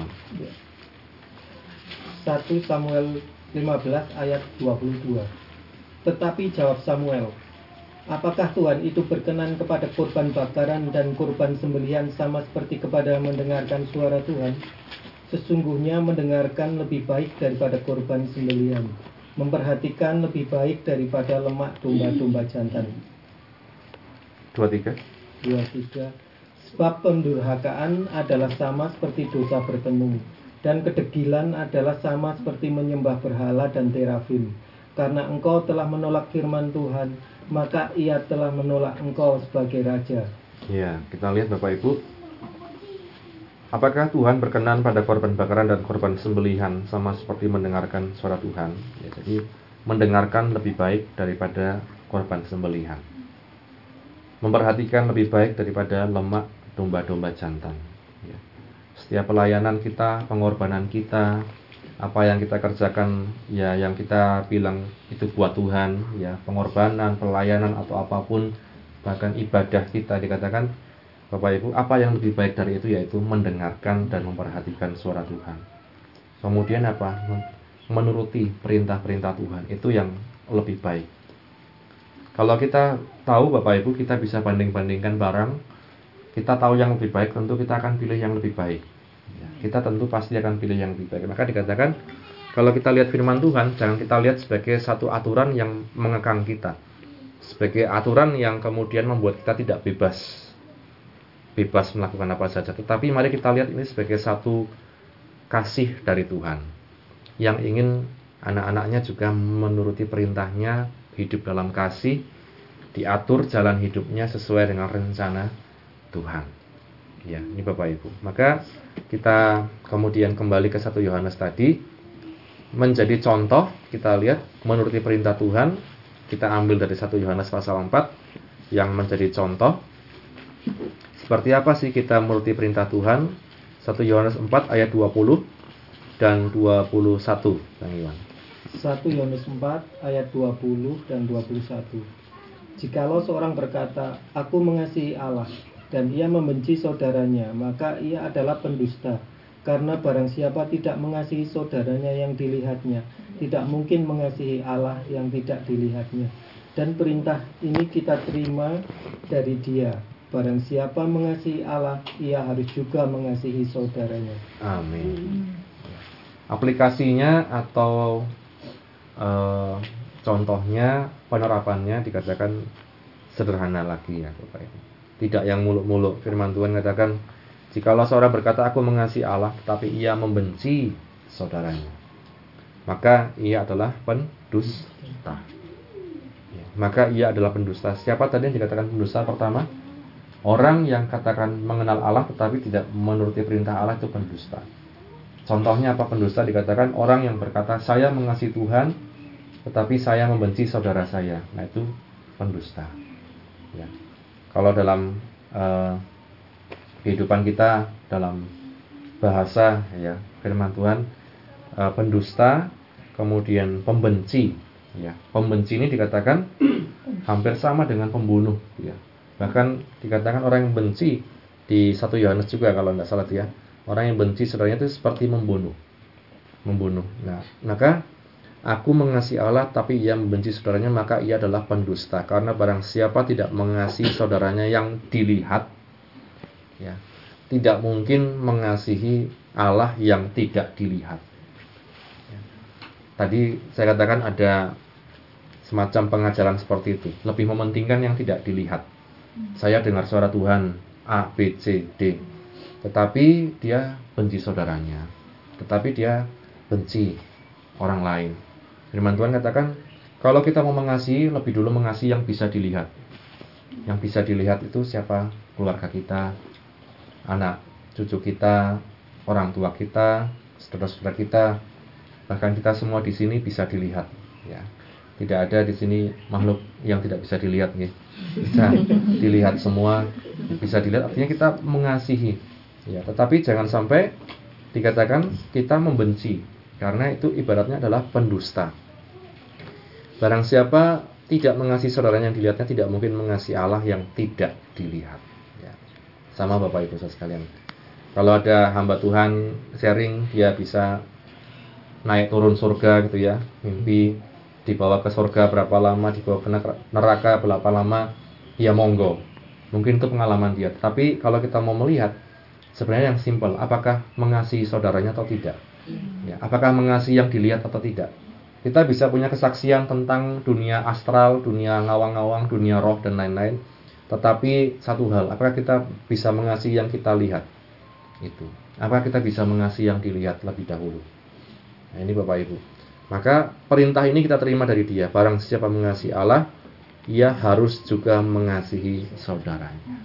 satu Samuel lima belas ayat dua puluh dua. Tetapi jawab Samuel, apakah Tuhan itu berkenan kepada korban bakaran dan korban sembelihan sama seperti kepada mendengarkan suara Tuhan? Sesungguhnya mendengarkan lebih baik daripada korban sembelihan, memperhatikan lebih baik daripada lemak domba-domba jantan. dua puluh tiga. dua puluh tiga. Sebab pendurhakaan adalah sama seperti dosa bertenung, dan kedegilan adalah sama seperti menyembah berhala dan terafim. Karena engkau telah menolak firman Tuhan, maka ia telah menolak engkau sebagai raja. Ya, kita lihat Bapak Ibu, apakah Tuhan berkenan pada korban bakaran dan korban sembelihan sama seperti mendengarkan suara Tuhan? Ya, jadi mendengarkan lebih baik daripada korban sembelihan, memperhatikan lebih baik daripada lemak domba-domba jantan. Ya. Setiap pelayanan kita, pengorbanan kita, apa yang kita kerjakan, ya yang kita bilang itu buat Tuhan, ya pengorbanan, pelayanan atau apapun, bahkan ibadah kita dikatakan, Bapak Ibu, apa yang lebih baik dari itu yaitu mendengarkan dan memperhatikan suara Tuhan. Kemudian apa? Menuruti perintah-perintah Tuhan, itu yang lebih baik. Kalau kita tahu Bapak Ibu, kita bisa banding-bandingkan barang, kita tahu yang lebih baik, tentu kita akan pilih yang lebih baik. Ya, kita tentu pasti akan pilih yang lebih baik. Maka dikatakan, kalau kita lihat firman Tuhan, jangan kita lihat sebagai satu aturan yang mengekang kita, sebagai aturan yang kemudian membuat kita tidak bebas, bebas melakukan apa saja. Tetapi mari kita lihat ini sebagai satu kasih dari Tuhan, yang ingin anak-anaknya juga menuruti perintahnya, hidup dalam kasih, diatur jalan hidupnya sesuai dengan rencana Tuhan. Ya, ini Bapak Ibu. Maka kita kemudian kembali ke satu Yohanes tadi, menjadi contoh. Kita lihat menuruti perintah Tuhan. Kita ambil dari satu Yohanes pasal empat yang menjadi contoh. Seperti apa sih kita menuruti perintah Tuhan? satu Yohanes empat ayat dua puluh dan dua puluh satu, Bang Iwan. satu Yohanes empat ayat dua puluh dan dua puluh satu. Jikalau seorang berkata, aku mengasihi Allah, dan ia membenci saudaranya, maka ia adalah pendusta. Karena barang siapa tidak mengasihi saudaranya yang dilihatnya, tidak mungkin mengasihi Allah yang tidak dilihatnya. Dan perintah ini kita terima dari Dia. Barang siapa mengasihi Allah, ia harus juga mengasihi saudaranya. Amin. Aplikasinya atau uh, contohnya, penerapannya dikatakan sederhana lagi ya Bapak Ibu. Tidak yang muluk-muluk. Firman Tuhan katakan, jikalau seorang berkata aku mengasihi Allah, tetapi ia membenci saudaranya, maka ia adalah pendusta. Ya, maka ia adalah pendusta. Siapa tadi yang dikatakan pendusta pertama? Orang yang katakan mengenal Allah tetapi tidak menuruti perintah Allah, itu pendusta. Contohnya apa pendusta? Dikatakan orang yang berkata saya mengasihi Tuhan tetapi saya membenci saudara saya. Nah, itu pendusta. Ya. Kalau dalam uh, kehidupan kita, dalam bahasa ya firman Tuhan, uh, pendusta, kemudian pembenci. Ya, pembenci ini dikatakan hampir sama dengan pembunuh. Ya. Bahkan dikatakan orang yang benci di satu Yohanes juga kalau tidak salah ya, orang yang benci saudaranya itu seperti membunuh, membunuh. Nah, maka aku mengasihi Allah tapi ia membenci saudaranya, maka ia adalah pendusta. Karena barang siapa tidak mengasihi saudaranya yang dilihat, ya, tidak mungkin mengasihi Allah yang tidak dilihat. Ya. Tadi saya katakan ada semacam pengajaran seperti itu, lebih mementingkan yang tidak dilihat. Saya dengar suara Tuhan A, B, C, D, tetapi dia benci saudaranya, tetapi dia benci orang lain. Firman Tuhan katakan, kalau kita mau mengasihi, lebih dulu mengasihi yang bisa dilihat. Yang bisa dilihat itu siapa? Keluarga kita, anak cucu kita, orang tua kita, saudara-saudara kita, bahkan kita semua di sini bisa dilihat. Ya, tidak ada di sini makhluk yang tidak bisa dilihat, ya. Bisa dilihat semua, bisa dilihat. Artinya kita mengasihi. Ya, tetapi jangan sampai dikatakan kita membenci, karena itu ibaratnya adalah pendusta. Barang siapa tidak mengasihi saudaranya yang dilihatnya, tidak mungkin mengasihi Allah yang tidak dilihat. Ya. Sama Bapak Ibu sekalian. Kalau ada hamba Tuhan sharing, dia bisa naik turun surga gitu ya, mimpi dibawa ke surga berapa lama, dibawa ke neraka berapa lama, ya monggo. Mungkin itu pengalaman dia. Tapi kalau kita mau melihat, sebenarnya yang simpel, apakah mengasihi saudaranya atau tidak? Ya, apakah mengasihi yang dilihat atau tidak? Kita bisa punya kesaksian tentang dunia astral, dunia ngawang-ngawang, dunia roh dan lain-lain. Tetapi satu hal, apakah kita bisa mengasihi yang kita lihat? Itu. Apakah kita bisa mengasihi yang dilihat lebih dahulu? Nah, ini Bapak Ibu. Maka perintah ini kita terima dari Dia. Barang siapa mengasihi Allah, ia harus juga mengasihi saudaranya.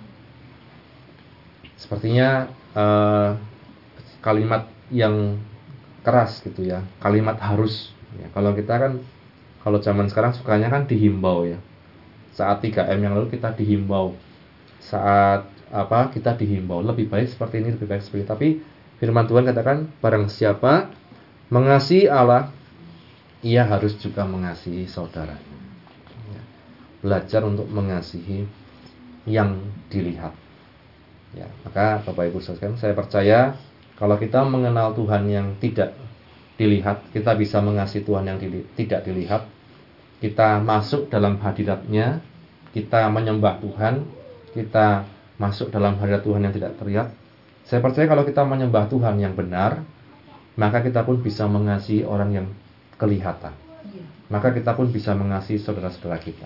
Sepertinya uh, kalimat yang keras gitu ya, kalimat harus. Ya, kalau kita kan, kalau zaman sekarang sukanya kan dihimbau ya. Saat tiga M yang lalu kita dihimbau. Saat apa kita dihimbau, lebih baik seperti ini, lebih baik seperti ini. Tapi firman Tuhan katakan, barang siapa mengasihi Allah, ia harus juga mengasihi saudaranya. Ya. Belajar untuk mengasihi yang dilihat. Ya, maka Bapak Ibu sekalian, saya percaya kalau kita mengenal Tuhan yang tidak dilihat, kita bisa mengasihi Tuhan yang dili- tidak dilihat. Kita masuk dalam hadirat-Nya, kita menyembah Tuhan, kita masuk dalam hadirat Tuhan yang tidak terlihat. Saya percaya kalau kita menyembah Tuhan yang benar, maka kita pun bisa mengasihi orang yang kelihatan. Maka kita pun bisa mengasihi saudara-saudara kita.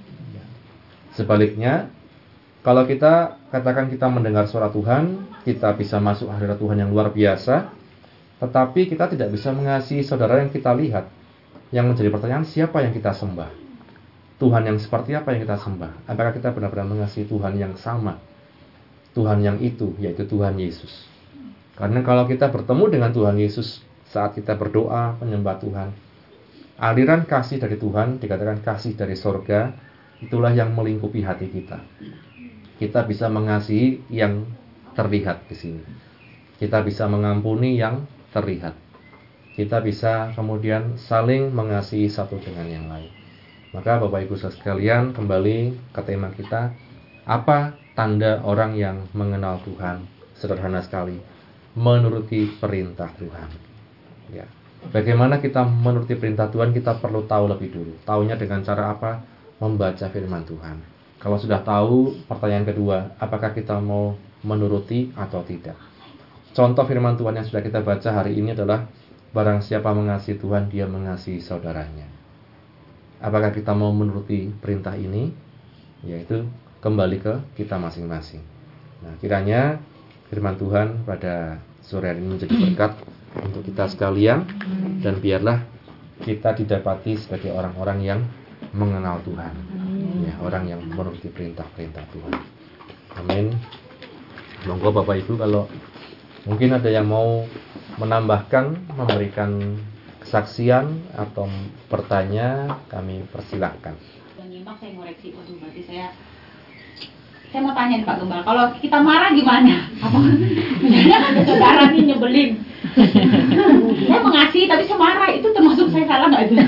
Sebaliknya, kalau kita katakan kita mendengar suara Tuhan, kita bisa masuk hadirat Tuhan yang luar biasa, tetapi kita tidak bisa mengasihi saudara yang kita lihat. Yang menjadi pertanyaan, siapa yang kita sembah? Tuhan yang seperti apa yang kita sembah? Apakah kita benar-benar mengasihi Tuhan yang sama? Tuhan yang itu, yaitu Tuhan Yesus. Karena kalau kita bertemu dengan Tuhan Yesus saat kita berdoa menyembah Tuhan, aliran kasih dari Tuhan, dikatakan kasih dari sorga, itulah yang melingkupi hati kita. Kita bisa mengasihi yang terlihat di sini. Kita bisa mengampuni yang terlihat. Kita bisa kemudian saling mengasihi satu dengan yang lain. Maka Bapak Ibu sekalian, kembali ke tema kita, apa tanda orang yang mengenal Tuhan? Sederhana sekali, menuruti perintah Tuhan. Ya. Bagaimana kita menuruti perintah Tuhan? Kita perlu tahu lebih dulu. Taunya dengan cara apa? Membaca firman Tuhan. Kalau sudah tahu, pertanyaan kedua, apakah kita mau menuruti atau tidak? Contoh firman Tuhan yang sudah kita baca hari ini adalah, barang siapa mengasihi Tuhan, dia mengasihi saudaranya. Apakah kita mau menuruti perintah ini? Yaitu kembali ke kita masing-masing. Nah, kiranya firman Tuhan pada sore hari ini menjadi berkat untuk kita sekalian, dan biarlah kita didapati sebagai orang-orang yang mengenal Tuhan, ya, orang yang menuruti perintah-perintah Tuhan. Amin. Monggo Bapak Ibu, kalau mungkin ada yang mau menambahkan, memberikan kesaksian atau bertanya, kami persilahkan. Dan nyimak saya ngoreksi, waduh berarti saya saya mau tanya nih Pak Gembala, kalau kita marah gimana? Apa? Misalnya ada saudara nih nyebelin, saya mengasihi tapi saya marah, itu termasuk saya salah nggak itu?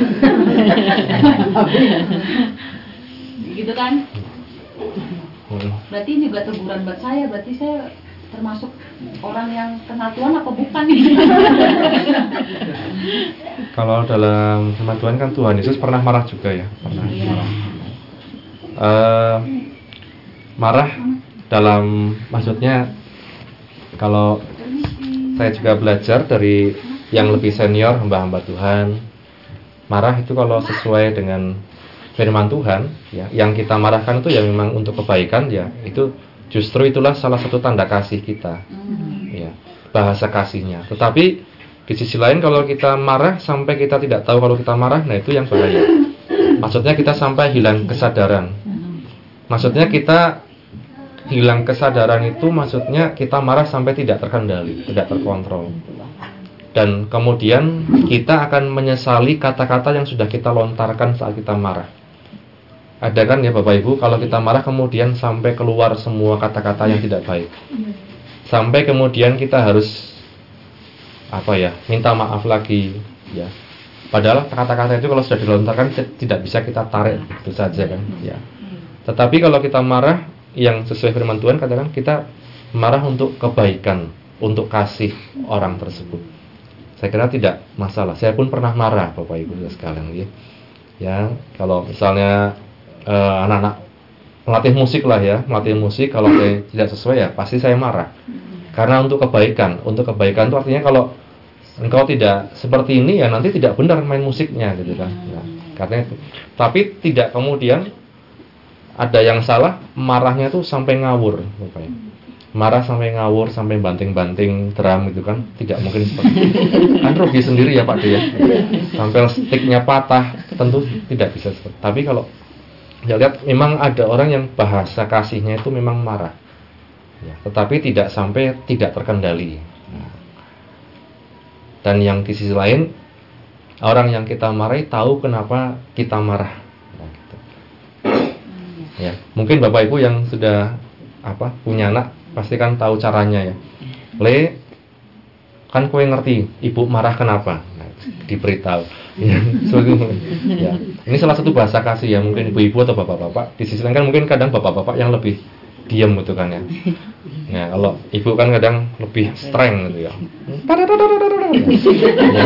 Gitu kan? Berarti ini juga teguran buat saya, berarti saya termasuk orang yang kenal Tuhan apa bukan nih? Kalau dalam firman Tuhan kan Tuhan Yesus pernah marah juga ya, pernah marah. Uh, marah dalam maksudnya, kalau saya juga belajar dari yang lebih senior, hamba-hamba Tuhan, marah itu kalau sesuai dengan firman Tuhan, ya, yang kita marahkan itu ya memang untuk kebaikan, ya, itu justru itulah salah satu tanda kasih kita, ya, bahasa kasihnya. Tetapi di sisi lain, kalau kita marah sampai kita tidak tahu kalau kita marah, nah itu yang bahaya. Maksudnya kita sampai hilang kesadaran. Maksudnya kita hilang kesadaran itu maksudnya kita marah sampai tidak terkendali, tidak terkontrol. Dan kemudian kita akan menyesali kata-kata yang sudah kita lontarkan saat kita marah. Ada kan ya Bapak Ibu, kalau kita marah kemudian sampai keluar semua kata-kata yang tidak baik. Sampai kemudian kita harus apa ya, minta maaf lagi, ya. Padahal kata-kata itu kalau sudah dilontarkan tidak bisa kita tarik itu saja kan, ya. Tetapi kalau kita marah yang sesuai firman Tuhan, katakan kita marah untuk kebaikan, untuk kasih orang tersebut. Saya kira tidak masalah. Saya pun pernah marah Bapak Ibu sekalian, ya. Ya, kalau misalnya eh, anak-anak melatih musik lah ya, melatih musik, kalau saya tidak sesuai ya pasti saya marah. Karena untuk kebaikan, untuk kebaikan itu artinya kalau engkau tidak seperti ini ya nanti tidak benar main musiknya gitu kan. Nah, karena itu. Tapi tidak kemudian ada yang salah, marahnya tuh sampai ngawur, Bapak Ibu. Marah sampai ngawur, sampai banting-banting drum gitu kan, tidak mungkin seperti itu. Kan rugi sendiri ya Pak dia. Sampai sticknya patah, tentu tidak bisa seperti itu. Tapi kalau ya lihat, memang ada orang yang bahasa kasihnya itu memang marah, ya, tetapi tidak sampai tidak terkendali. Nah, dan yang di sisi lain, orang yang kita marahi tahu kenapa kita marah. Nah, gitu. Ya, mungkin Bapak Ibu yang sudah apa punya anak pasti kan tahu caranya ya. Le, kan kowe ngerti ibu marah kenapa? Nah, diberitahu. Ya, so, ya. Ini salah satu bahasa kasih ya, mungkin ibu-ibu atau bapak-bapak. Di sisi lain kan mungkin kadang bapak-bapak yang lebih diam gitu kan ya. Ya, kalau ibu kan kadang lebih strength gitu ya. Ya.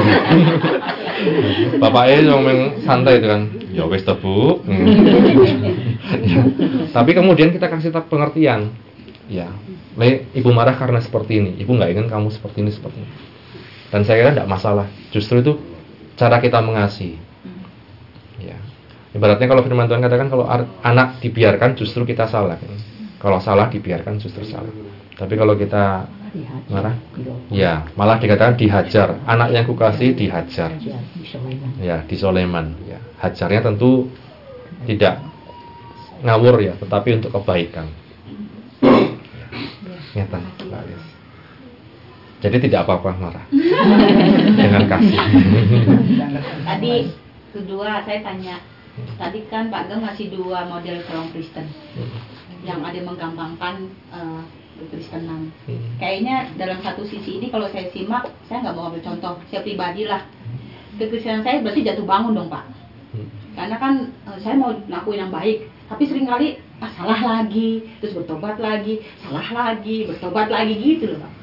Bapak itu ngomong santai itu kan. Ya wis to, Bu. Ya. Tapi kemudian kita kasih pengertian. Ya, Le, ibu marah karena seperti ini. Ibu nggak ingin kamu seperti ini, seperti ini. Dan saya kira tidak masalah. Justru itu cara kita mengasihi. Ya. Ibaratnya kalau firman Tuhan katakan kalau anak dibiarkan justru kita salah. Kalau salah dibiarkan justru salah. Tapi kalau kita marah, ya malah dikatakan dihajar. Anak yang kukasih dihajar. Ya, disoleman. Ya, hajarnya tentu tidak ngawur ya, tetapi untuk kebaikan. Ngeten, Pak Alias. Jadi tidak apa-apa marah. Dengan kasih. Tadi kedua saya tanya, tadi kan Pak Gem ngasih dua model kolom Kristen, yang ada menggampangkan uh, kekristenan. Kayaknya dalam satu sisi ini kalau saya simak, saya nggak mau ambil contoh, saya pribadi lah. Kekristenan saya berarti jatuh bangun dong Pak. Karena kan uh, saya mau lakuin yang baik, tapi seringkali ah, salah lagi, terus bertobat lagi, salah lagi, bertobat lagi gitu loh Pak.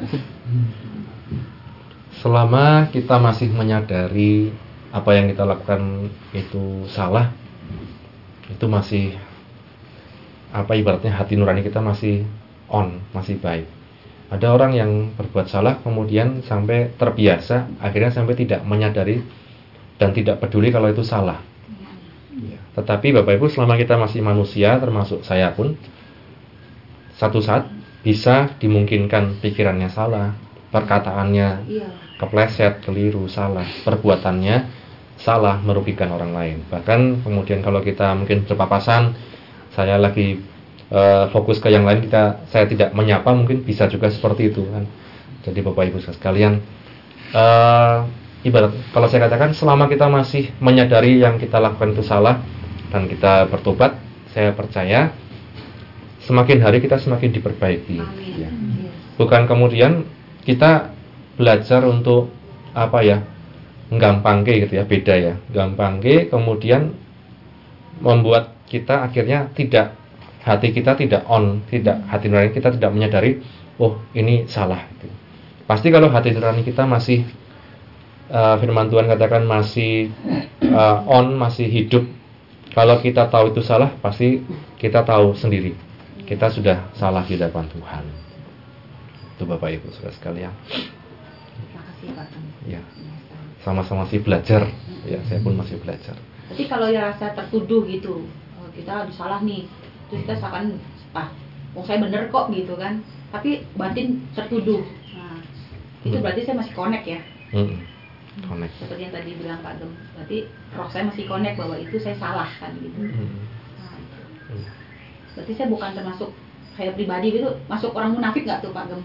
Selama kita masih menyadari apa yang kita lakukan itu salah, itu masih apa ibaratnya hati nurani kita masih on, masih baik. Ada orang yang berbuat salah kemudian sampai terbiasa, akhirnya sampai tidak menyadari dan tidak peduli kalau itu salah. Tetapi Bapak Ibu, selama kita masih manusia, termasuk saya pun, satu saat bisa dimungkinkan pikirannya salah, perkataannya kepleset, keliru, salah, perbuatannya salah, merugikan orang lain. Bahkan kemudian kalau kita mungkin berpapasan, saya lagi uh, fokus ke yang lain, kita saya tidak menyapa, mungkin bisa juga seperti itu kan. Jadi Bapak Ibu sekalian, uh, ibarat kalau saya katakan selama kita masih menyadari yang kita lakukan itu salah dan kita bertobat, saya percaya semakin hari kita semakin diperbaiki. Ya. Bukan kemudian kita belajar untuk apa ya, nggampangke gitu ya, beda ya, gampangke kemudian membuat kita akhirnya tidak, hati kita tidak on, tidak, hati nurani kita tidak menyadari, oh ini salah gitu. Pasti kalau hati nurani kita masih uh, firman Tuhan katakan masih uh, on, masih hidup, kalau kita tahu itu salah, pasti kita tahu sendiri kita sudah salah di hadapan Tuhan. Itu Bapak Ibu saudara sekalian. Terima kasih Pak. Ya, sama-sama masih belajar. Ya, saya pun masih belajar. Tapi kalau ya rasa tertuduh gitu, oh, kita ada salah nih, terus kita seakan, ah, oh saya bener kok gitu kan. Tapi batin tertuduh. Nah, itu Hmm. berarti saya masih connect ya. Hmm. Connect. Seperti yang tadi bilang Pak Gem, berarti roh saya masih connect bahwa itu saya salah kan gitu. Hmm. Nah, itu. Hmm. Berarti saya bukan termasuk saya pribadi gitu, masuk orang munafik nggak tuh Pak Gem?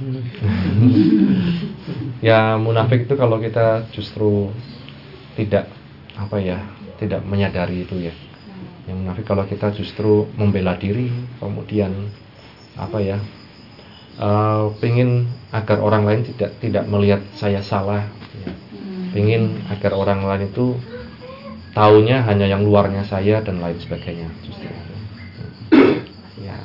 Ya munafik itu kalau kita justru tidak apa ya, tidak menyadari itu ya. Yang munafik kalau kita justru membela diri, kemudian apa ya, uh, pengen agar orang lain tidak tidak melihat saya salah, ya. Pengen agar orang lain itu taunya hanya yang luarnya saya dan lain sebagainya justru. Ya.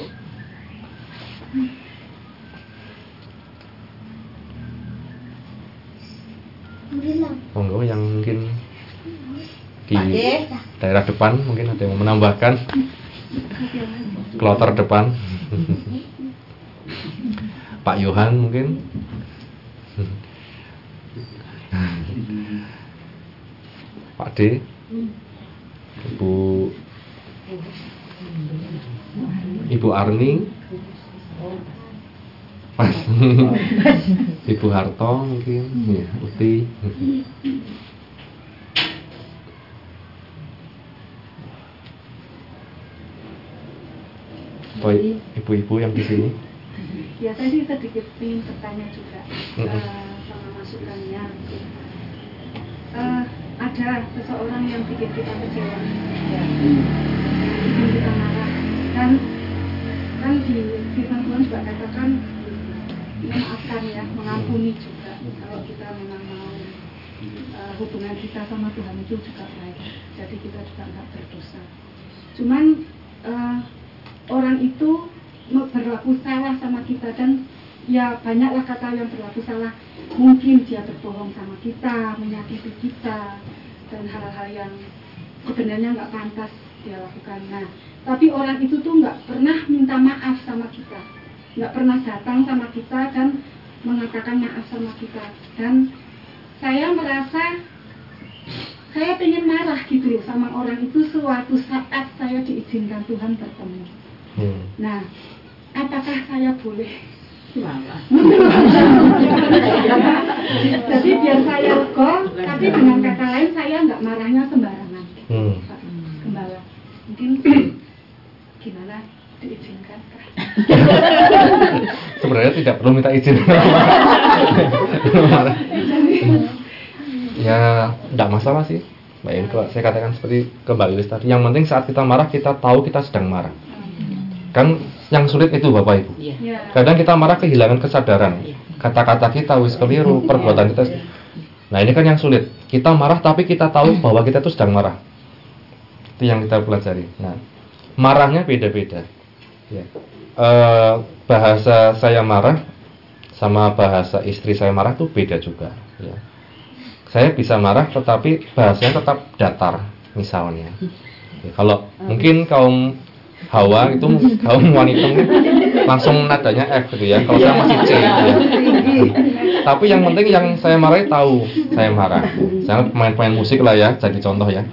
Monggo yang mungkin di daerah depan mungkin ada yang mau menambahkan, kloter depan. Pak Yohan mungkin. Pak D, Ibu Ibu Arni, pas Ibu Harto mungkin, ya, Uti. Oh, ibu-ibu yang di sini. Ya tadi sedikit ingin bertanya juga Mm-mm. uh, sama masukannya. Uh, ada seseorang yang bikin kita kecewa, ya. Bikin kita marah, dan kan di firman Tuhan juga katakan memaafkan ya, mengampuni juga. Kalau kita memang mau uh, hubungan kita sama Tuhan itu juga baik, jadi kita juga nggak berdosa. Cuman uh, orang itu berlaku salah sama kita, dan ya banyaklah kata yang berlaku salah. Mungkin dia berbohong sama kita, menyakiti kita, dan hal-hal yang sebenarnya nggak pantas dia lakukan. Nah, tapi orang itu tuh nggak pernah minta maaf sama kita, nggak pernah datang sama kita dan mengatakan maaf sama kita. Dan saya merasa saya pengen marah gitu loh sama orang itu suatu saat saya diizinkan Tuhan bertemu. Hmm. Nah, apakah saya boleh? Jadi biar saya lega, tapi dengan kata lain saya nggak marahnya sembarangan. Hmm. Pak Gembala, mungkin gimana, diizinkan kah? saya tidak perlu minta izin. Marah. Ya, tidak masalah sih. Mbak Yeni, kalau saya katakan seperti ke Mbak Lilis tadi, yang penting saat kita marah, kita tahu kita sedang marah. Kan yang sulit itu Bapak Ibu. Kadang kita marah kehilangan kesadaran. Kata-kata kita wis keliru, perbuatan kita. Nah, ini kan yang sulit. Kita marah tapi kita tahu bahwa kita itu sedang marah. Itu yang kita pelajari. Nah, marahnya beda-beda. Ya. E, bahasa saya marah sama bahasa istri saya marah itu beda juga. Ya. Saya bisa marah tetapi bahasanya tetap datar misalnya. Ya, kalau mungkin kaum Hawa itu kaum wanita langsung nadanya F gitu ya. Kalau saya masih C gitu ya. Tapi yang penting yang saya marahi tahu saya marah. Saya pemain-pemain musik lah ya, jadi contoh ya.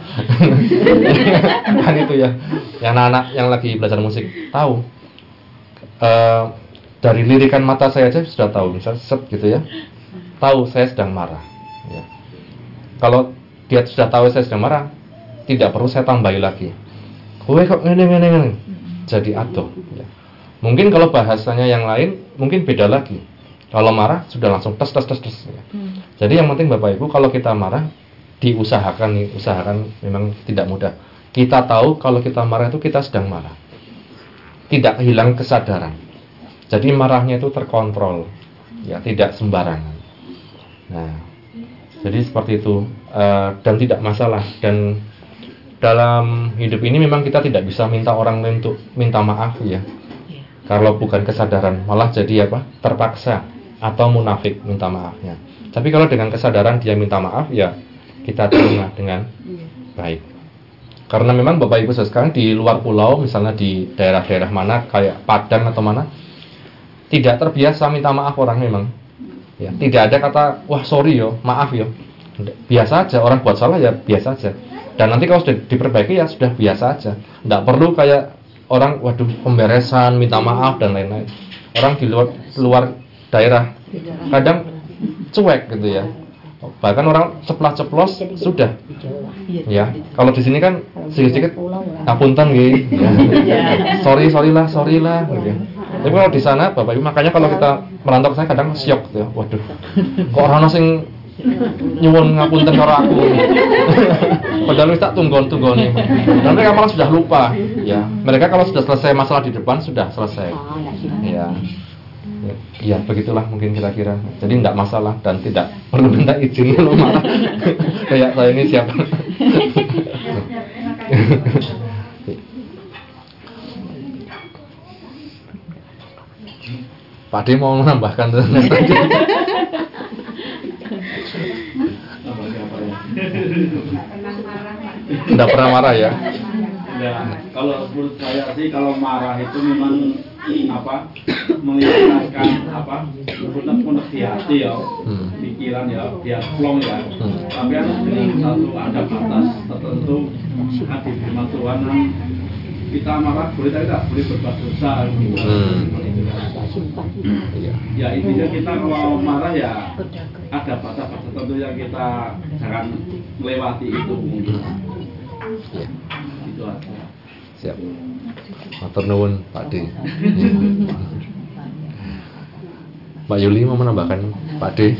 Kan itu ya. Yang anak-anak yang lagi belajar musik tahu. E, dari lirikan mata saya aja sudah tahu, misalnya set gitu ya. Tahu saya sedang marah. Ya. Kalau dia sudah tahu saya sedang marah, tidak perlu saya tambahi lagi. Kowe kok ngene-ngene. Jadi adoh. Ya. Mungkin kalau bahasanya yang lain, mungkin beda lagi. Kalau marah sudah langsung tes tes tes tes. Ya. Jadi yang penting Bapak Ibu, kalau kita marah, diusahakan nih, usahakan memang tidak mudah. Kita tahu kalau kita marah itu kita sedang marah. Tidak hilang kesadaran. Jadi marahnya itu terkontrol. Ya, tidak sembarangan. Nah, jadi seperti itu, uh, dan tidak masalah. Dan dalam hidup ini memang kita tidak bisa minta orang lain untuk minta maaf ya. Kalau bukan kesadaran, malah jadi apa? Terpaksa atau munafik minta maafnya. Tapi kalau dengan kesadaran dia minta maaf, ya kita terima dengan baik. Karena memang Bapak Ibu sekarang di luar pulau, misalnya di daerah-daerah mana kayak Padang atau mana, tidak terbiasa minta maaf orang memang. Ya, tidak ada kata wah sorry yo, maaf yo. Biasa aja, orang buat salah ya biasa aja. Dan nanti kalau sudah diperbaiki ya sudah biasa aja. Tidak perlu kayak orang waduh pemberesan, minta maaf dan lain-lain. Orang di luar luar daerah kadang cuek gitu ya. Bahkan orang ceplas-ceplos sudah. Ya, kalau di sini kan sedikit-sedikit ngapunten nggih. Ya. Sorry, sorry lah, sorry lah gitu. Tapi kalau di sana Bapak Ibu, makanya kalau kita merantau saya kadang syok gitu ya. Waduh. Kok orang sing nyuwun ngapunten karo aku. Padahal wis tak tunggon-tunggone. Dan mereka malah sudah lupa. Ya, mereka kalau sudah selesai masalah di depan sudah selesai. Ya. Ya, ya begitulah mungkin kira-kira. Jadi tidak masalah dan tidak perlu minta izin kalau marah. Kayak saya ini siapa? Pak D mau menambahkan tadi. Tidak pernah marah ya? Ya, kalau menurut saya sih kalau marah itu memang apa mengikhlaskan apa unek-unek di hati ya, hmm. pikiran ya, biar plong ya. Hmm. Tapi harus dengan satu ada batas tertentu kan di firman Tuhan kita marah boleh tapi tidak boleh berbuat dosa gitu. Hmm. Ya intinya kita kalau marah ya ada batas-batas tertentu yang kita jangan melewati itu. Ya. Itu aja. Siap. Matur nuwun Pak D. Mbak Yuli mau menambahkan Pak D.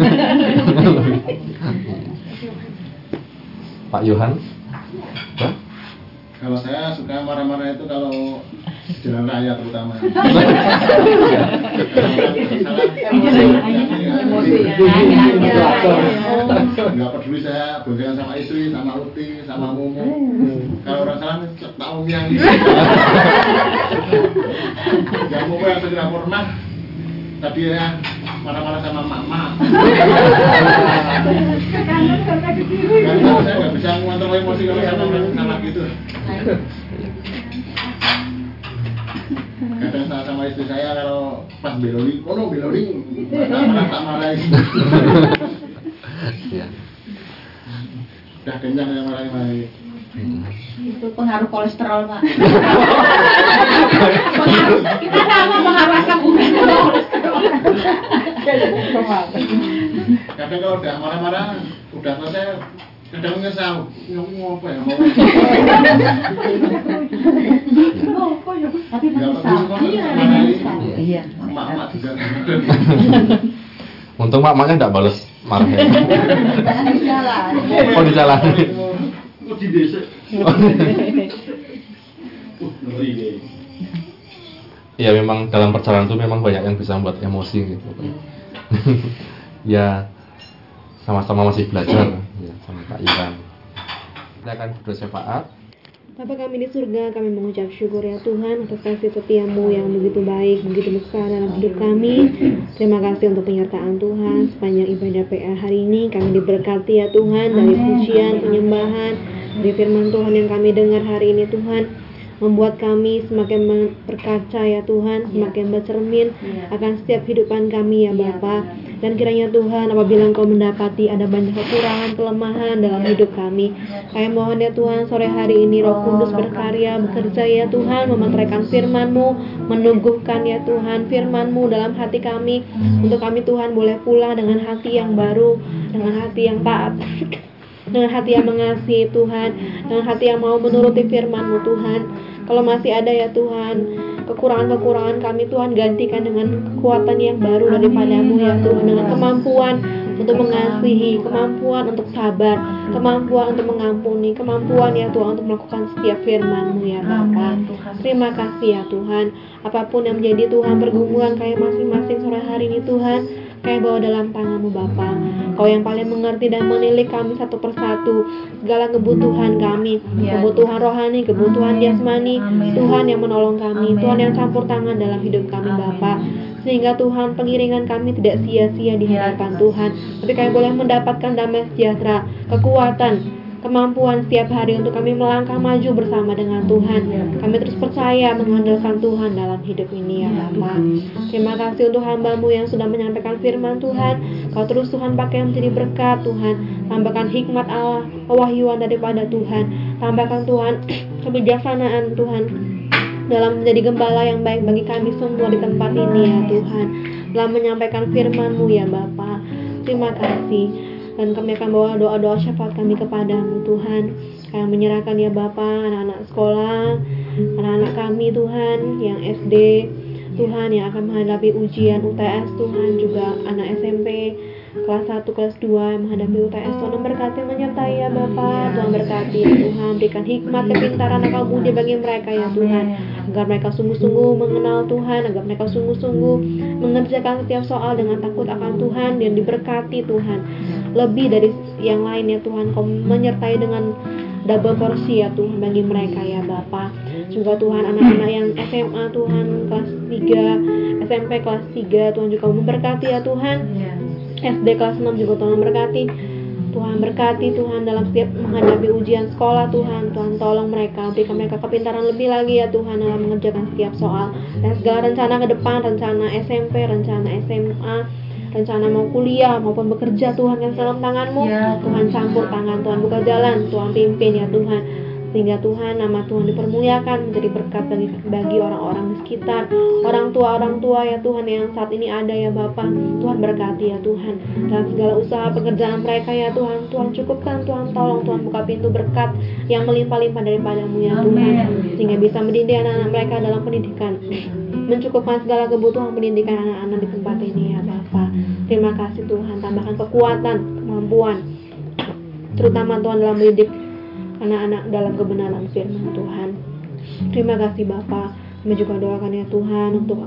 Pak Yohan. Hah? Kalau saya suka marah-marah itu kalau jalan raya terutama. Nggak peduli saya boncengan sama istri, sama Uti, sama Mumu. Kalau orang salah tak umyang. Yang Mumu yang segera pernah tadi ya marah-marah sama mama. Karena saya nggak bisa mengontrol emosi kalau sama anak gitu. Kadang saya sama istri saya kalau pas beloling, oh no beloling, marah tak marahin. Udah kenyang yang marahin. Itu pengaruh kolesterol Pak. Pengaruh, kita sama pengaruh asam urat kolesterol. Kadang kalau udah marah-marah, udah selesai, kadang menyesal. Ngomong apa ya? Tapi menyesal. Iya, menyesal. Iya. Mak-mak juga. Untung mak-maknya enggak balas marahnya. Di jalan. Oh, di jalan. Oh, di desa. Uh, ngeri deh. Ya memang dalam perjalanan itu memang banyak yang bisa membuat emosi gitu. Ya sama-sama masih belajar ya sama Kak Iwan. Kita akan berdoa syafaat. Bapa kami di surga, kami mengucap syukur ya Tuhan atas kasih setia-Mu yang begitu baik, begitu besar dalam hidup kami. Terima kasih untuk penyertaan Tuhan sepanjang ibadah P A hari ini. Kami diberkati ya Tuhan dari pujian, penyembahan, dari firman Tuhan yang kami dengar hari ini Tuhan. Membuat kami semakin berkaca ya Tuhan, semakin bercermin akan setiap kehidupan kami ya Bapa. Dan kiranya Tuhan apabila Engkau mendapati ada banyak kekurangan, kelemahan dalam hidup kami, kami mohon ya Tuhan sore hari ini Roh Kudus berkarya, bekerja ya Tuhan, memeteraikan firman-Mu, meneguhkan ya Tuhan firman-Mu dalam hati kami, untuk kami Tuhan boleh pulang dengan hati yang baru, dengan hati yang taat, dengan hati yang mengasihi Tuhan, dengan hati yang mau menuruti firman-Mu Tuhan. Kalau masih ada ya Tuhan kekurangan-kekurangan kami Tuhan, gantikan dengan kekuatan yang baru daripada-Mu ya Tuhan, dengan kemampuan untuk mengasihi, kemampuan untuk sabar, kemampuan untuk mengampuni, kemampuan ya Tuhan untuk melakukan setiap firman-Mu ya Bapa. Terima kasih ya Tuhan. Apapun yang menjadi Tuhan pergumulan kami masing-masing sore hari ini Tuhan, kami bawa dalam tangan-Mu Bapa. Kau yang paling mengerti dan menilik kami satu persatu, segala kebutuhan kami, kebutuhan rohani, kebutuhan jasmani, Tuhan yang menolong kami, Tuhan yang campur tangan dalam hidup kami Bapa. Sehingga Tuhan pengiringan kami tidak sia-sia di hadapan Tuhan, tapi kami boleh mendapatkan damai sejahtera, kekuatan, kemampuan setiap hari untuk kami melangkah maju bersama dengan Tuhan. Kami terus percaya mengandalkan Tuhan dalam hidup ini ya Bapa. Terima kasih untuk hamba-Mu yang sudah menyampaikan firman Tuhan. Kau terus Tuhan pakai menjadi berkat Tuhan. Tambahkan hikmat Allah, pewahyuan daripada Tuhan. Tambahkan Tuhan kebijaksanaan Tuhan dalam menjadi gembala yang baik bagi kami semua di tempat ini ya Tuhan, dalam menyampaikan firman-Mu ya Bapa. Terima kasih. Dan kami akan bawa doa-doa syafaat kami kepada-Mu Tuhan. Kami menyerahkan ya Bapa anak-anak sekolah, anak-anak kami Tuhan yang S D Tuhan, yang akan menghadapi ujian U T S Tuhan, juga anak S M P kelas satu, kelas dua yang menghadapi U T S. Tuhan berkati menyertai ya Bapa. Tuhan berkati ya Tuhan, berikan hikmat, kepintaran, akal budi bagi mereka ya Tuhan, agar mereka sungguh-sungguh mengenal Tuhan, agar mereka sungguh-sungguh mengerjakan setiap soal dengan takut akan Tuhan, dan diberkati Tuhan lebih dari yang lain ya Tuhan. Kau menyertai dengan double porsi ya Tuhan bagi mereka ya Bapa. Juga Tuhan anak-anak yang S M A Tuhan kelas tiga, S M P kelas tiga Tuhan juga memberkati ya Tuhan. S D kelas enam juga Tuhan memberkati. Tuhan berkati Tuhan dalam setiap menghadapi ujian sekolah Tuhan. Tuhan tolong mereka, berikan mereka kepintaran lebih lagi ya Tuhan dalam mengerjakan setiap soal. Dan segala rencana ke depan, rencana S M P, rencana S M A, rencana mau kuliah maupun bekerja Tuhan yang dalam tangan-Mu ya, Tuhan campur tangan, Tuhan buka jalan, Tuhan pimpin ya Tuhan, sehingga Tuhan nama Tuhan dipermuliakan, menjadi berkat bagi, bagi orang-orang di sekitar, orang tua-orang tua ya Tuhan yang saat ini ada ya Bapa. Tuhan berkati ya Tuhan dalam segala usaha pekerjaan mereka ya Tuhan. Tuhan cukupkan, Tuhan tolong, Tuhan buka pintu berkat yang melimpah-limpah daripada-Mu ya Tuhan, sehingga bisa mendidik anak-anak mereka dalam pendidikan, mencukupkan segala kebutuhan pendidikan anak-anak di tempat ini ya Bapa. Terima kasih Tuhan, tambahkan kekuatan, kemampuan, terutama Tuhan dalam mendidik anak-anak dalam kebenaran firman Tuhan. Terima kasih Bapa. Kami juga doakan ya Tuhan untuk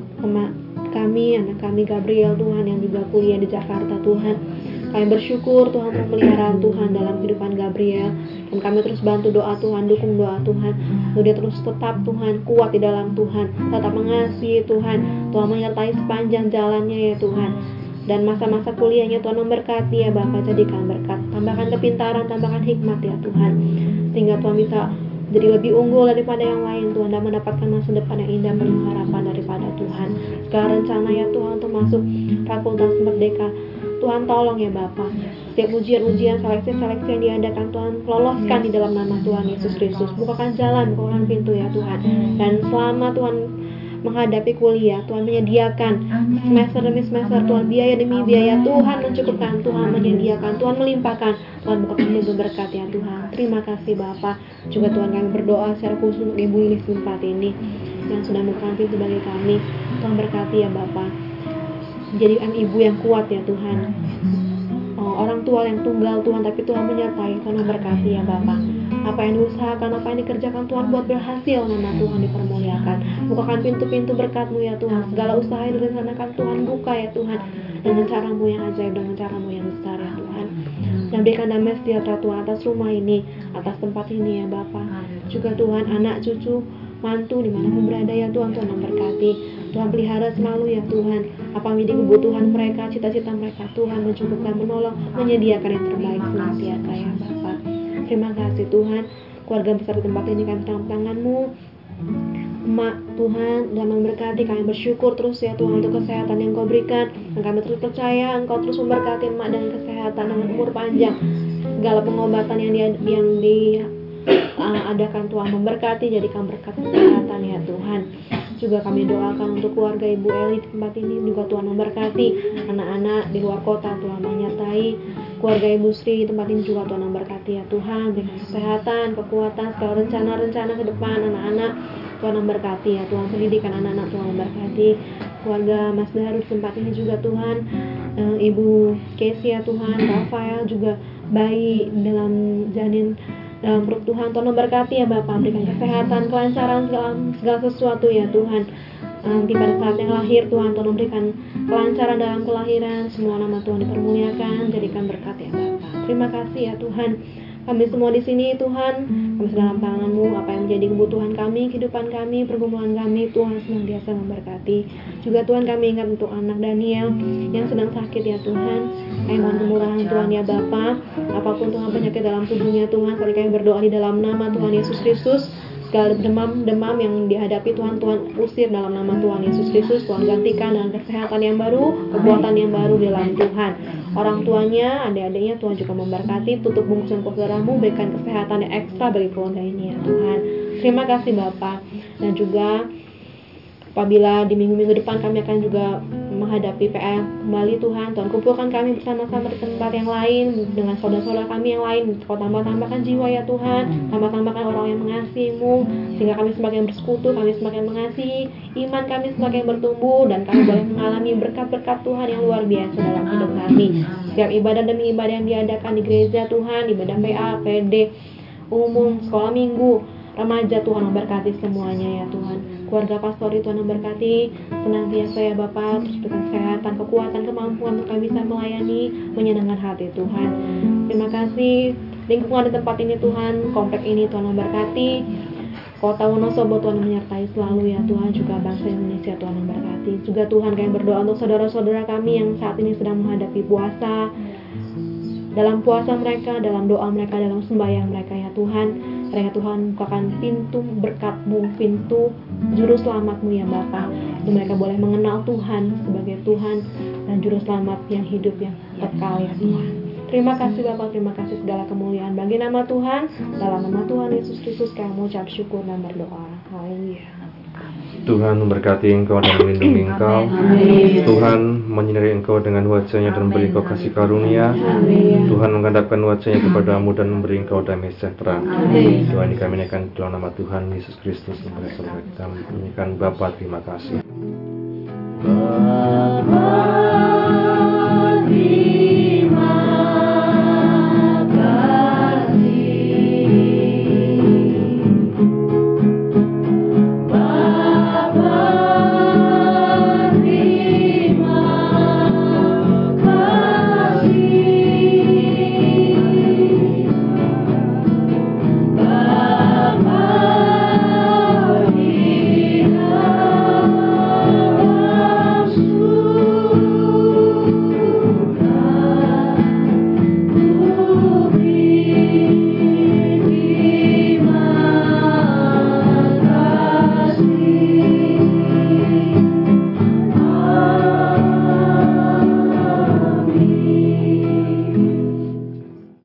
kami, anak kami Gabriel Tuhan yang juga kuliah di Jakarta Tuhan. Kami bersyukur Tuhan untuk pemeliharaan Tuhan dalam kehidupan Gabriel, dan kami terus bantu doa Tuhan, dukung doa Tuhan, untuk dia terus tetap Tuhan kuat di dalam Tuhan, tetap mengasihi Tuhan, Tuhan menyertai sepanjang jalannya ya Tuhan. Dan masa-masa kuliahnya Tuhan memberkati ya Bapa, jadikan berkat, tambahkan kepintaran, tambahkan hikmat ya Tuhan, sehingga Tuhan bisa jadi lebih unggul daripada yang lain Tuhan, dan mendapatkan masa depan yang indah penuh harapan daripada Tuhan. Segala rencana ya Tuhan untuk masuk Fakultas Merdeka, Tuhan tolong ya Bapa. Setiap ujian-ujian, seleksi-seleksi yang diadakan Tuhan loloskan di dalam nama Tuhan Yesus Kristus. Bukakan jalan, bukakan pintu ya Tuhan. Dan selama Tuhan menghadapi kuliah, Tuhan menyediakan semester demi semester, Tuhan biaya demi biaya, Tuhan mencukupkan, Tuhan menyediakan, Tuhan melimpahkan, Tuhan bukakan pintu berkat ya Tuhan. Terima kasih Bapa. Juga Tuhan kami berdoa secara khusus untuk Ibu Lilis tempat ini. yang sudah membukakan pintu bagi kami. Tuhan berkati ya Bapa. Jadikan ibu yang kuat ya Tuhan. Oh, orang tua yang tunggal Tuhan, tapi Tuhan menyertai. Tuhan memberkati ya Bapa. Apa yang diusahakan, apa yang dikerjakan Tuhan buat berhasil, nama Tuhan dipermuliakan. Bukakan pintu-pintu berkat-Mu ya Tuhan. Segala usaha yang direncanakan Tuhan buka ya Tuhan, dengan cara-Mu yang ajaib, dengan cara-Mu yang besar ya Tuhan. Dan berikan damai sejahtera Tuhan atas rumah ini, atas tempat ini ya Bapa. Juga Tuhan anak cucu mantu dimanapun berada ya Tuhan, Tuhan memberkati. Tuhan pelihara selalu ya Tuhan. Apa menjadi kebutuhan mereka, cita-cita mereka, Tuhan mencukupkan, menolong, menyediakan yang terbaik senantiasa ya Bapa. Terima kasih Tuhan. Keluarga besar di tempat ini kami dalam tangan-Mu. Emak Tuhan, Tuhan memberkati. Kami bersyukur terus ya Tuhan untuk kesehatan yang Kau berikan, dan kami terus percaya Engkau terus memberkati emak dengan kesehatan, dengan umur panjang. Segala pengobatan yang di, yang di uh, adakan Tuhan memberkati, jadikan berkat kesehatan ya Tuhan. Juga kami doakan untuk keluarga Ibu Eli di tempat ini, juga Tuhan memberkati. Anak-anak di luar kota Tuhan menyertai. Keluarga Ibu Sri di tempat ini juga Tuhan memberkati ya Tuhan. Berikan kesehatan, kekuatan, segala rencana-rencana ke depan anak-anak Tuhan memberkati ya Tuhan. Pendidikan anak-anak Tuhan memberkati. Keluarga Mas Daru di tempat ini juga Tuhan. Ibu Casey ya Tuhan. Rafael juga bayi dalam janin dalam perut Tuhan. Tuhan memberkati ya Bapak. Berikan kesehatan, kelancaran segala, segala sesuatu ya Tuhan. Nanti pada saat yang lahir Tuhan, Tuhan memberikan kelancaran dalam kelahiran. Semua nama Tuhan dipermuliakan, jadikan berkat ya Bapak. Terima kasih ya Tuhan. Kami semua di sini Tuhan, kami dalam tangan-Mu. Apa yang menjadi kebutuhan kami, kehidupan kami, pergumulan kami, Tuhan senantiasa memberkati. Juga Tuhan kami ingat untuk anak Daniel yang sedang sakit ya Tuhan. Kami mohon kemurahan Tuhan ya Bapa. Apapun Tuhan penyakit dalam tubuhnya Tuhan, kali kami berdoa di dalam nama Tuhan Yesus Kristus. Segala demam-demam yang dihadapi Tuhan, Tuhan usir dalam nama Tuhan Yesus Kristus. Tuhan gantikan dengan kesehatan yang baru, kekuatan yang baru di dalam Tuhan. Orang tuanya, adik-adiknya Tuhan juga memberkati. Tutup bungkusan saudaramu, berikan kesehatan yang ekstra bagi keluarga ini ya Tuhan. Terima kasih Bapak. Dan juga apabila di minggu-minggu depan kami akan juga menghadapi P R kembali Tuhan, Tuhan kumpulkan kami bersama-sama di tempat yang lain dengan saudara-saudara kami yang lain. Kau tambah-tambahkan jiwa ya Tuhan, tambah-tambahkan orang yang mengasihi-Mu, sehingga kami semakin bersekutu, kami semakin mengasihi, iman kami semakin bertumbuh, dan kami boleh mengalami berkat-berkat Tuhan yang luar biasa dalam hidup kami. Setiap ibadah demi ibadah yang diadakan di gereja Tuhan, ibadah P A, P D, umum, sekolah minggu, remaja, Tuhan memberkati semuanya ya Tuhan. Keluarga pastori Tuhan memberkati senantiasa ya Bapak. Terus berikan kesehatan, kekuatan, kemampuan untuk kami bisa melayani, menyenangkan hati Tuhan. Terima kasih. Lingkungan di tempat ini Tuhan, komplek ini Tuhan memberkati. Kota Wonosobo Tuhan menyertai selalu ya Tuhan. Juga bangsa Indonesia Tuhan memberkati. Juga Tuhan kami berdoa untuk saudara-saudara kami yang saat ini sedang menghadapi puasa. Dalam puasa mereka, dalam doa mereka, dalam sembahyang mereka ya Tuhan. Kiranya Tuhan bukakan pintu berkat-Mu, pintu juru selamat-Mu ya Bapa. Untuk mereka boleh mengenal Tuhan sebagai Tuhan dan juru selamat yang hidup yang kekal ya Tuhan. Terima kasih Bapak, terima kasih segala kemuliaan bagi nama Tuhan. Dalam nama Tuhan Yesus Kristus kami mengucap syukur dan berdoa. Haleluya. Tuhan memberkati engkau dan melindungi engkau. Amin. Tuhan menyinari engkau dengan wajahnya dan memberi engkau kasih karunia. Amin. Tuhan menghadapkan wajahnya kepadamu dan memberi engkau damai sejahtera. Amin. Doa ini kami naikkan dalam nama Tuhan Yesus Kristus. Kita menyanyikan Bapa terima kasih.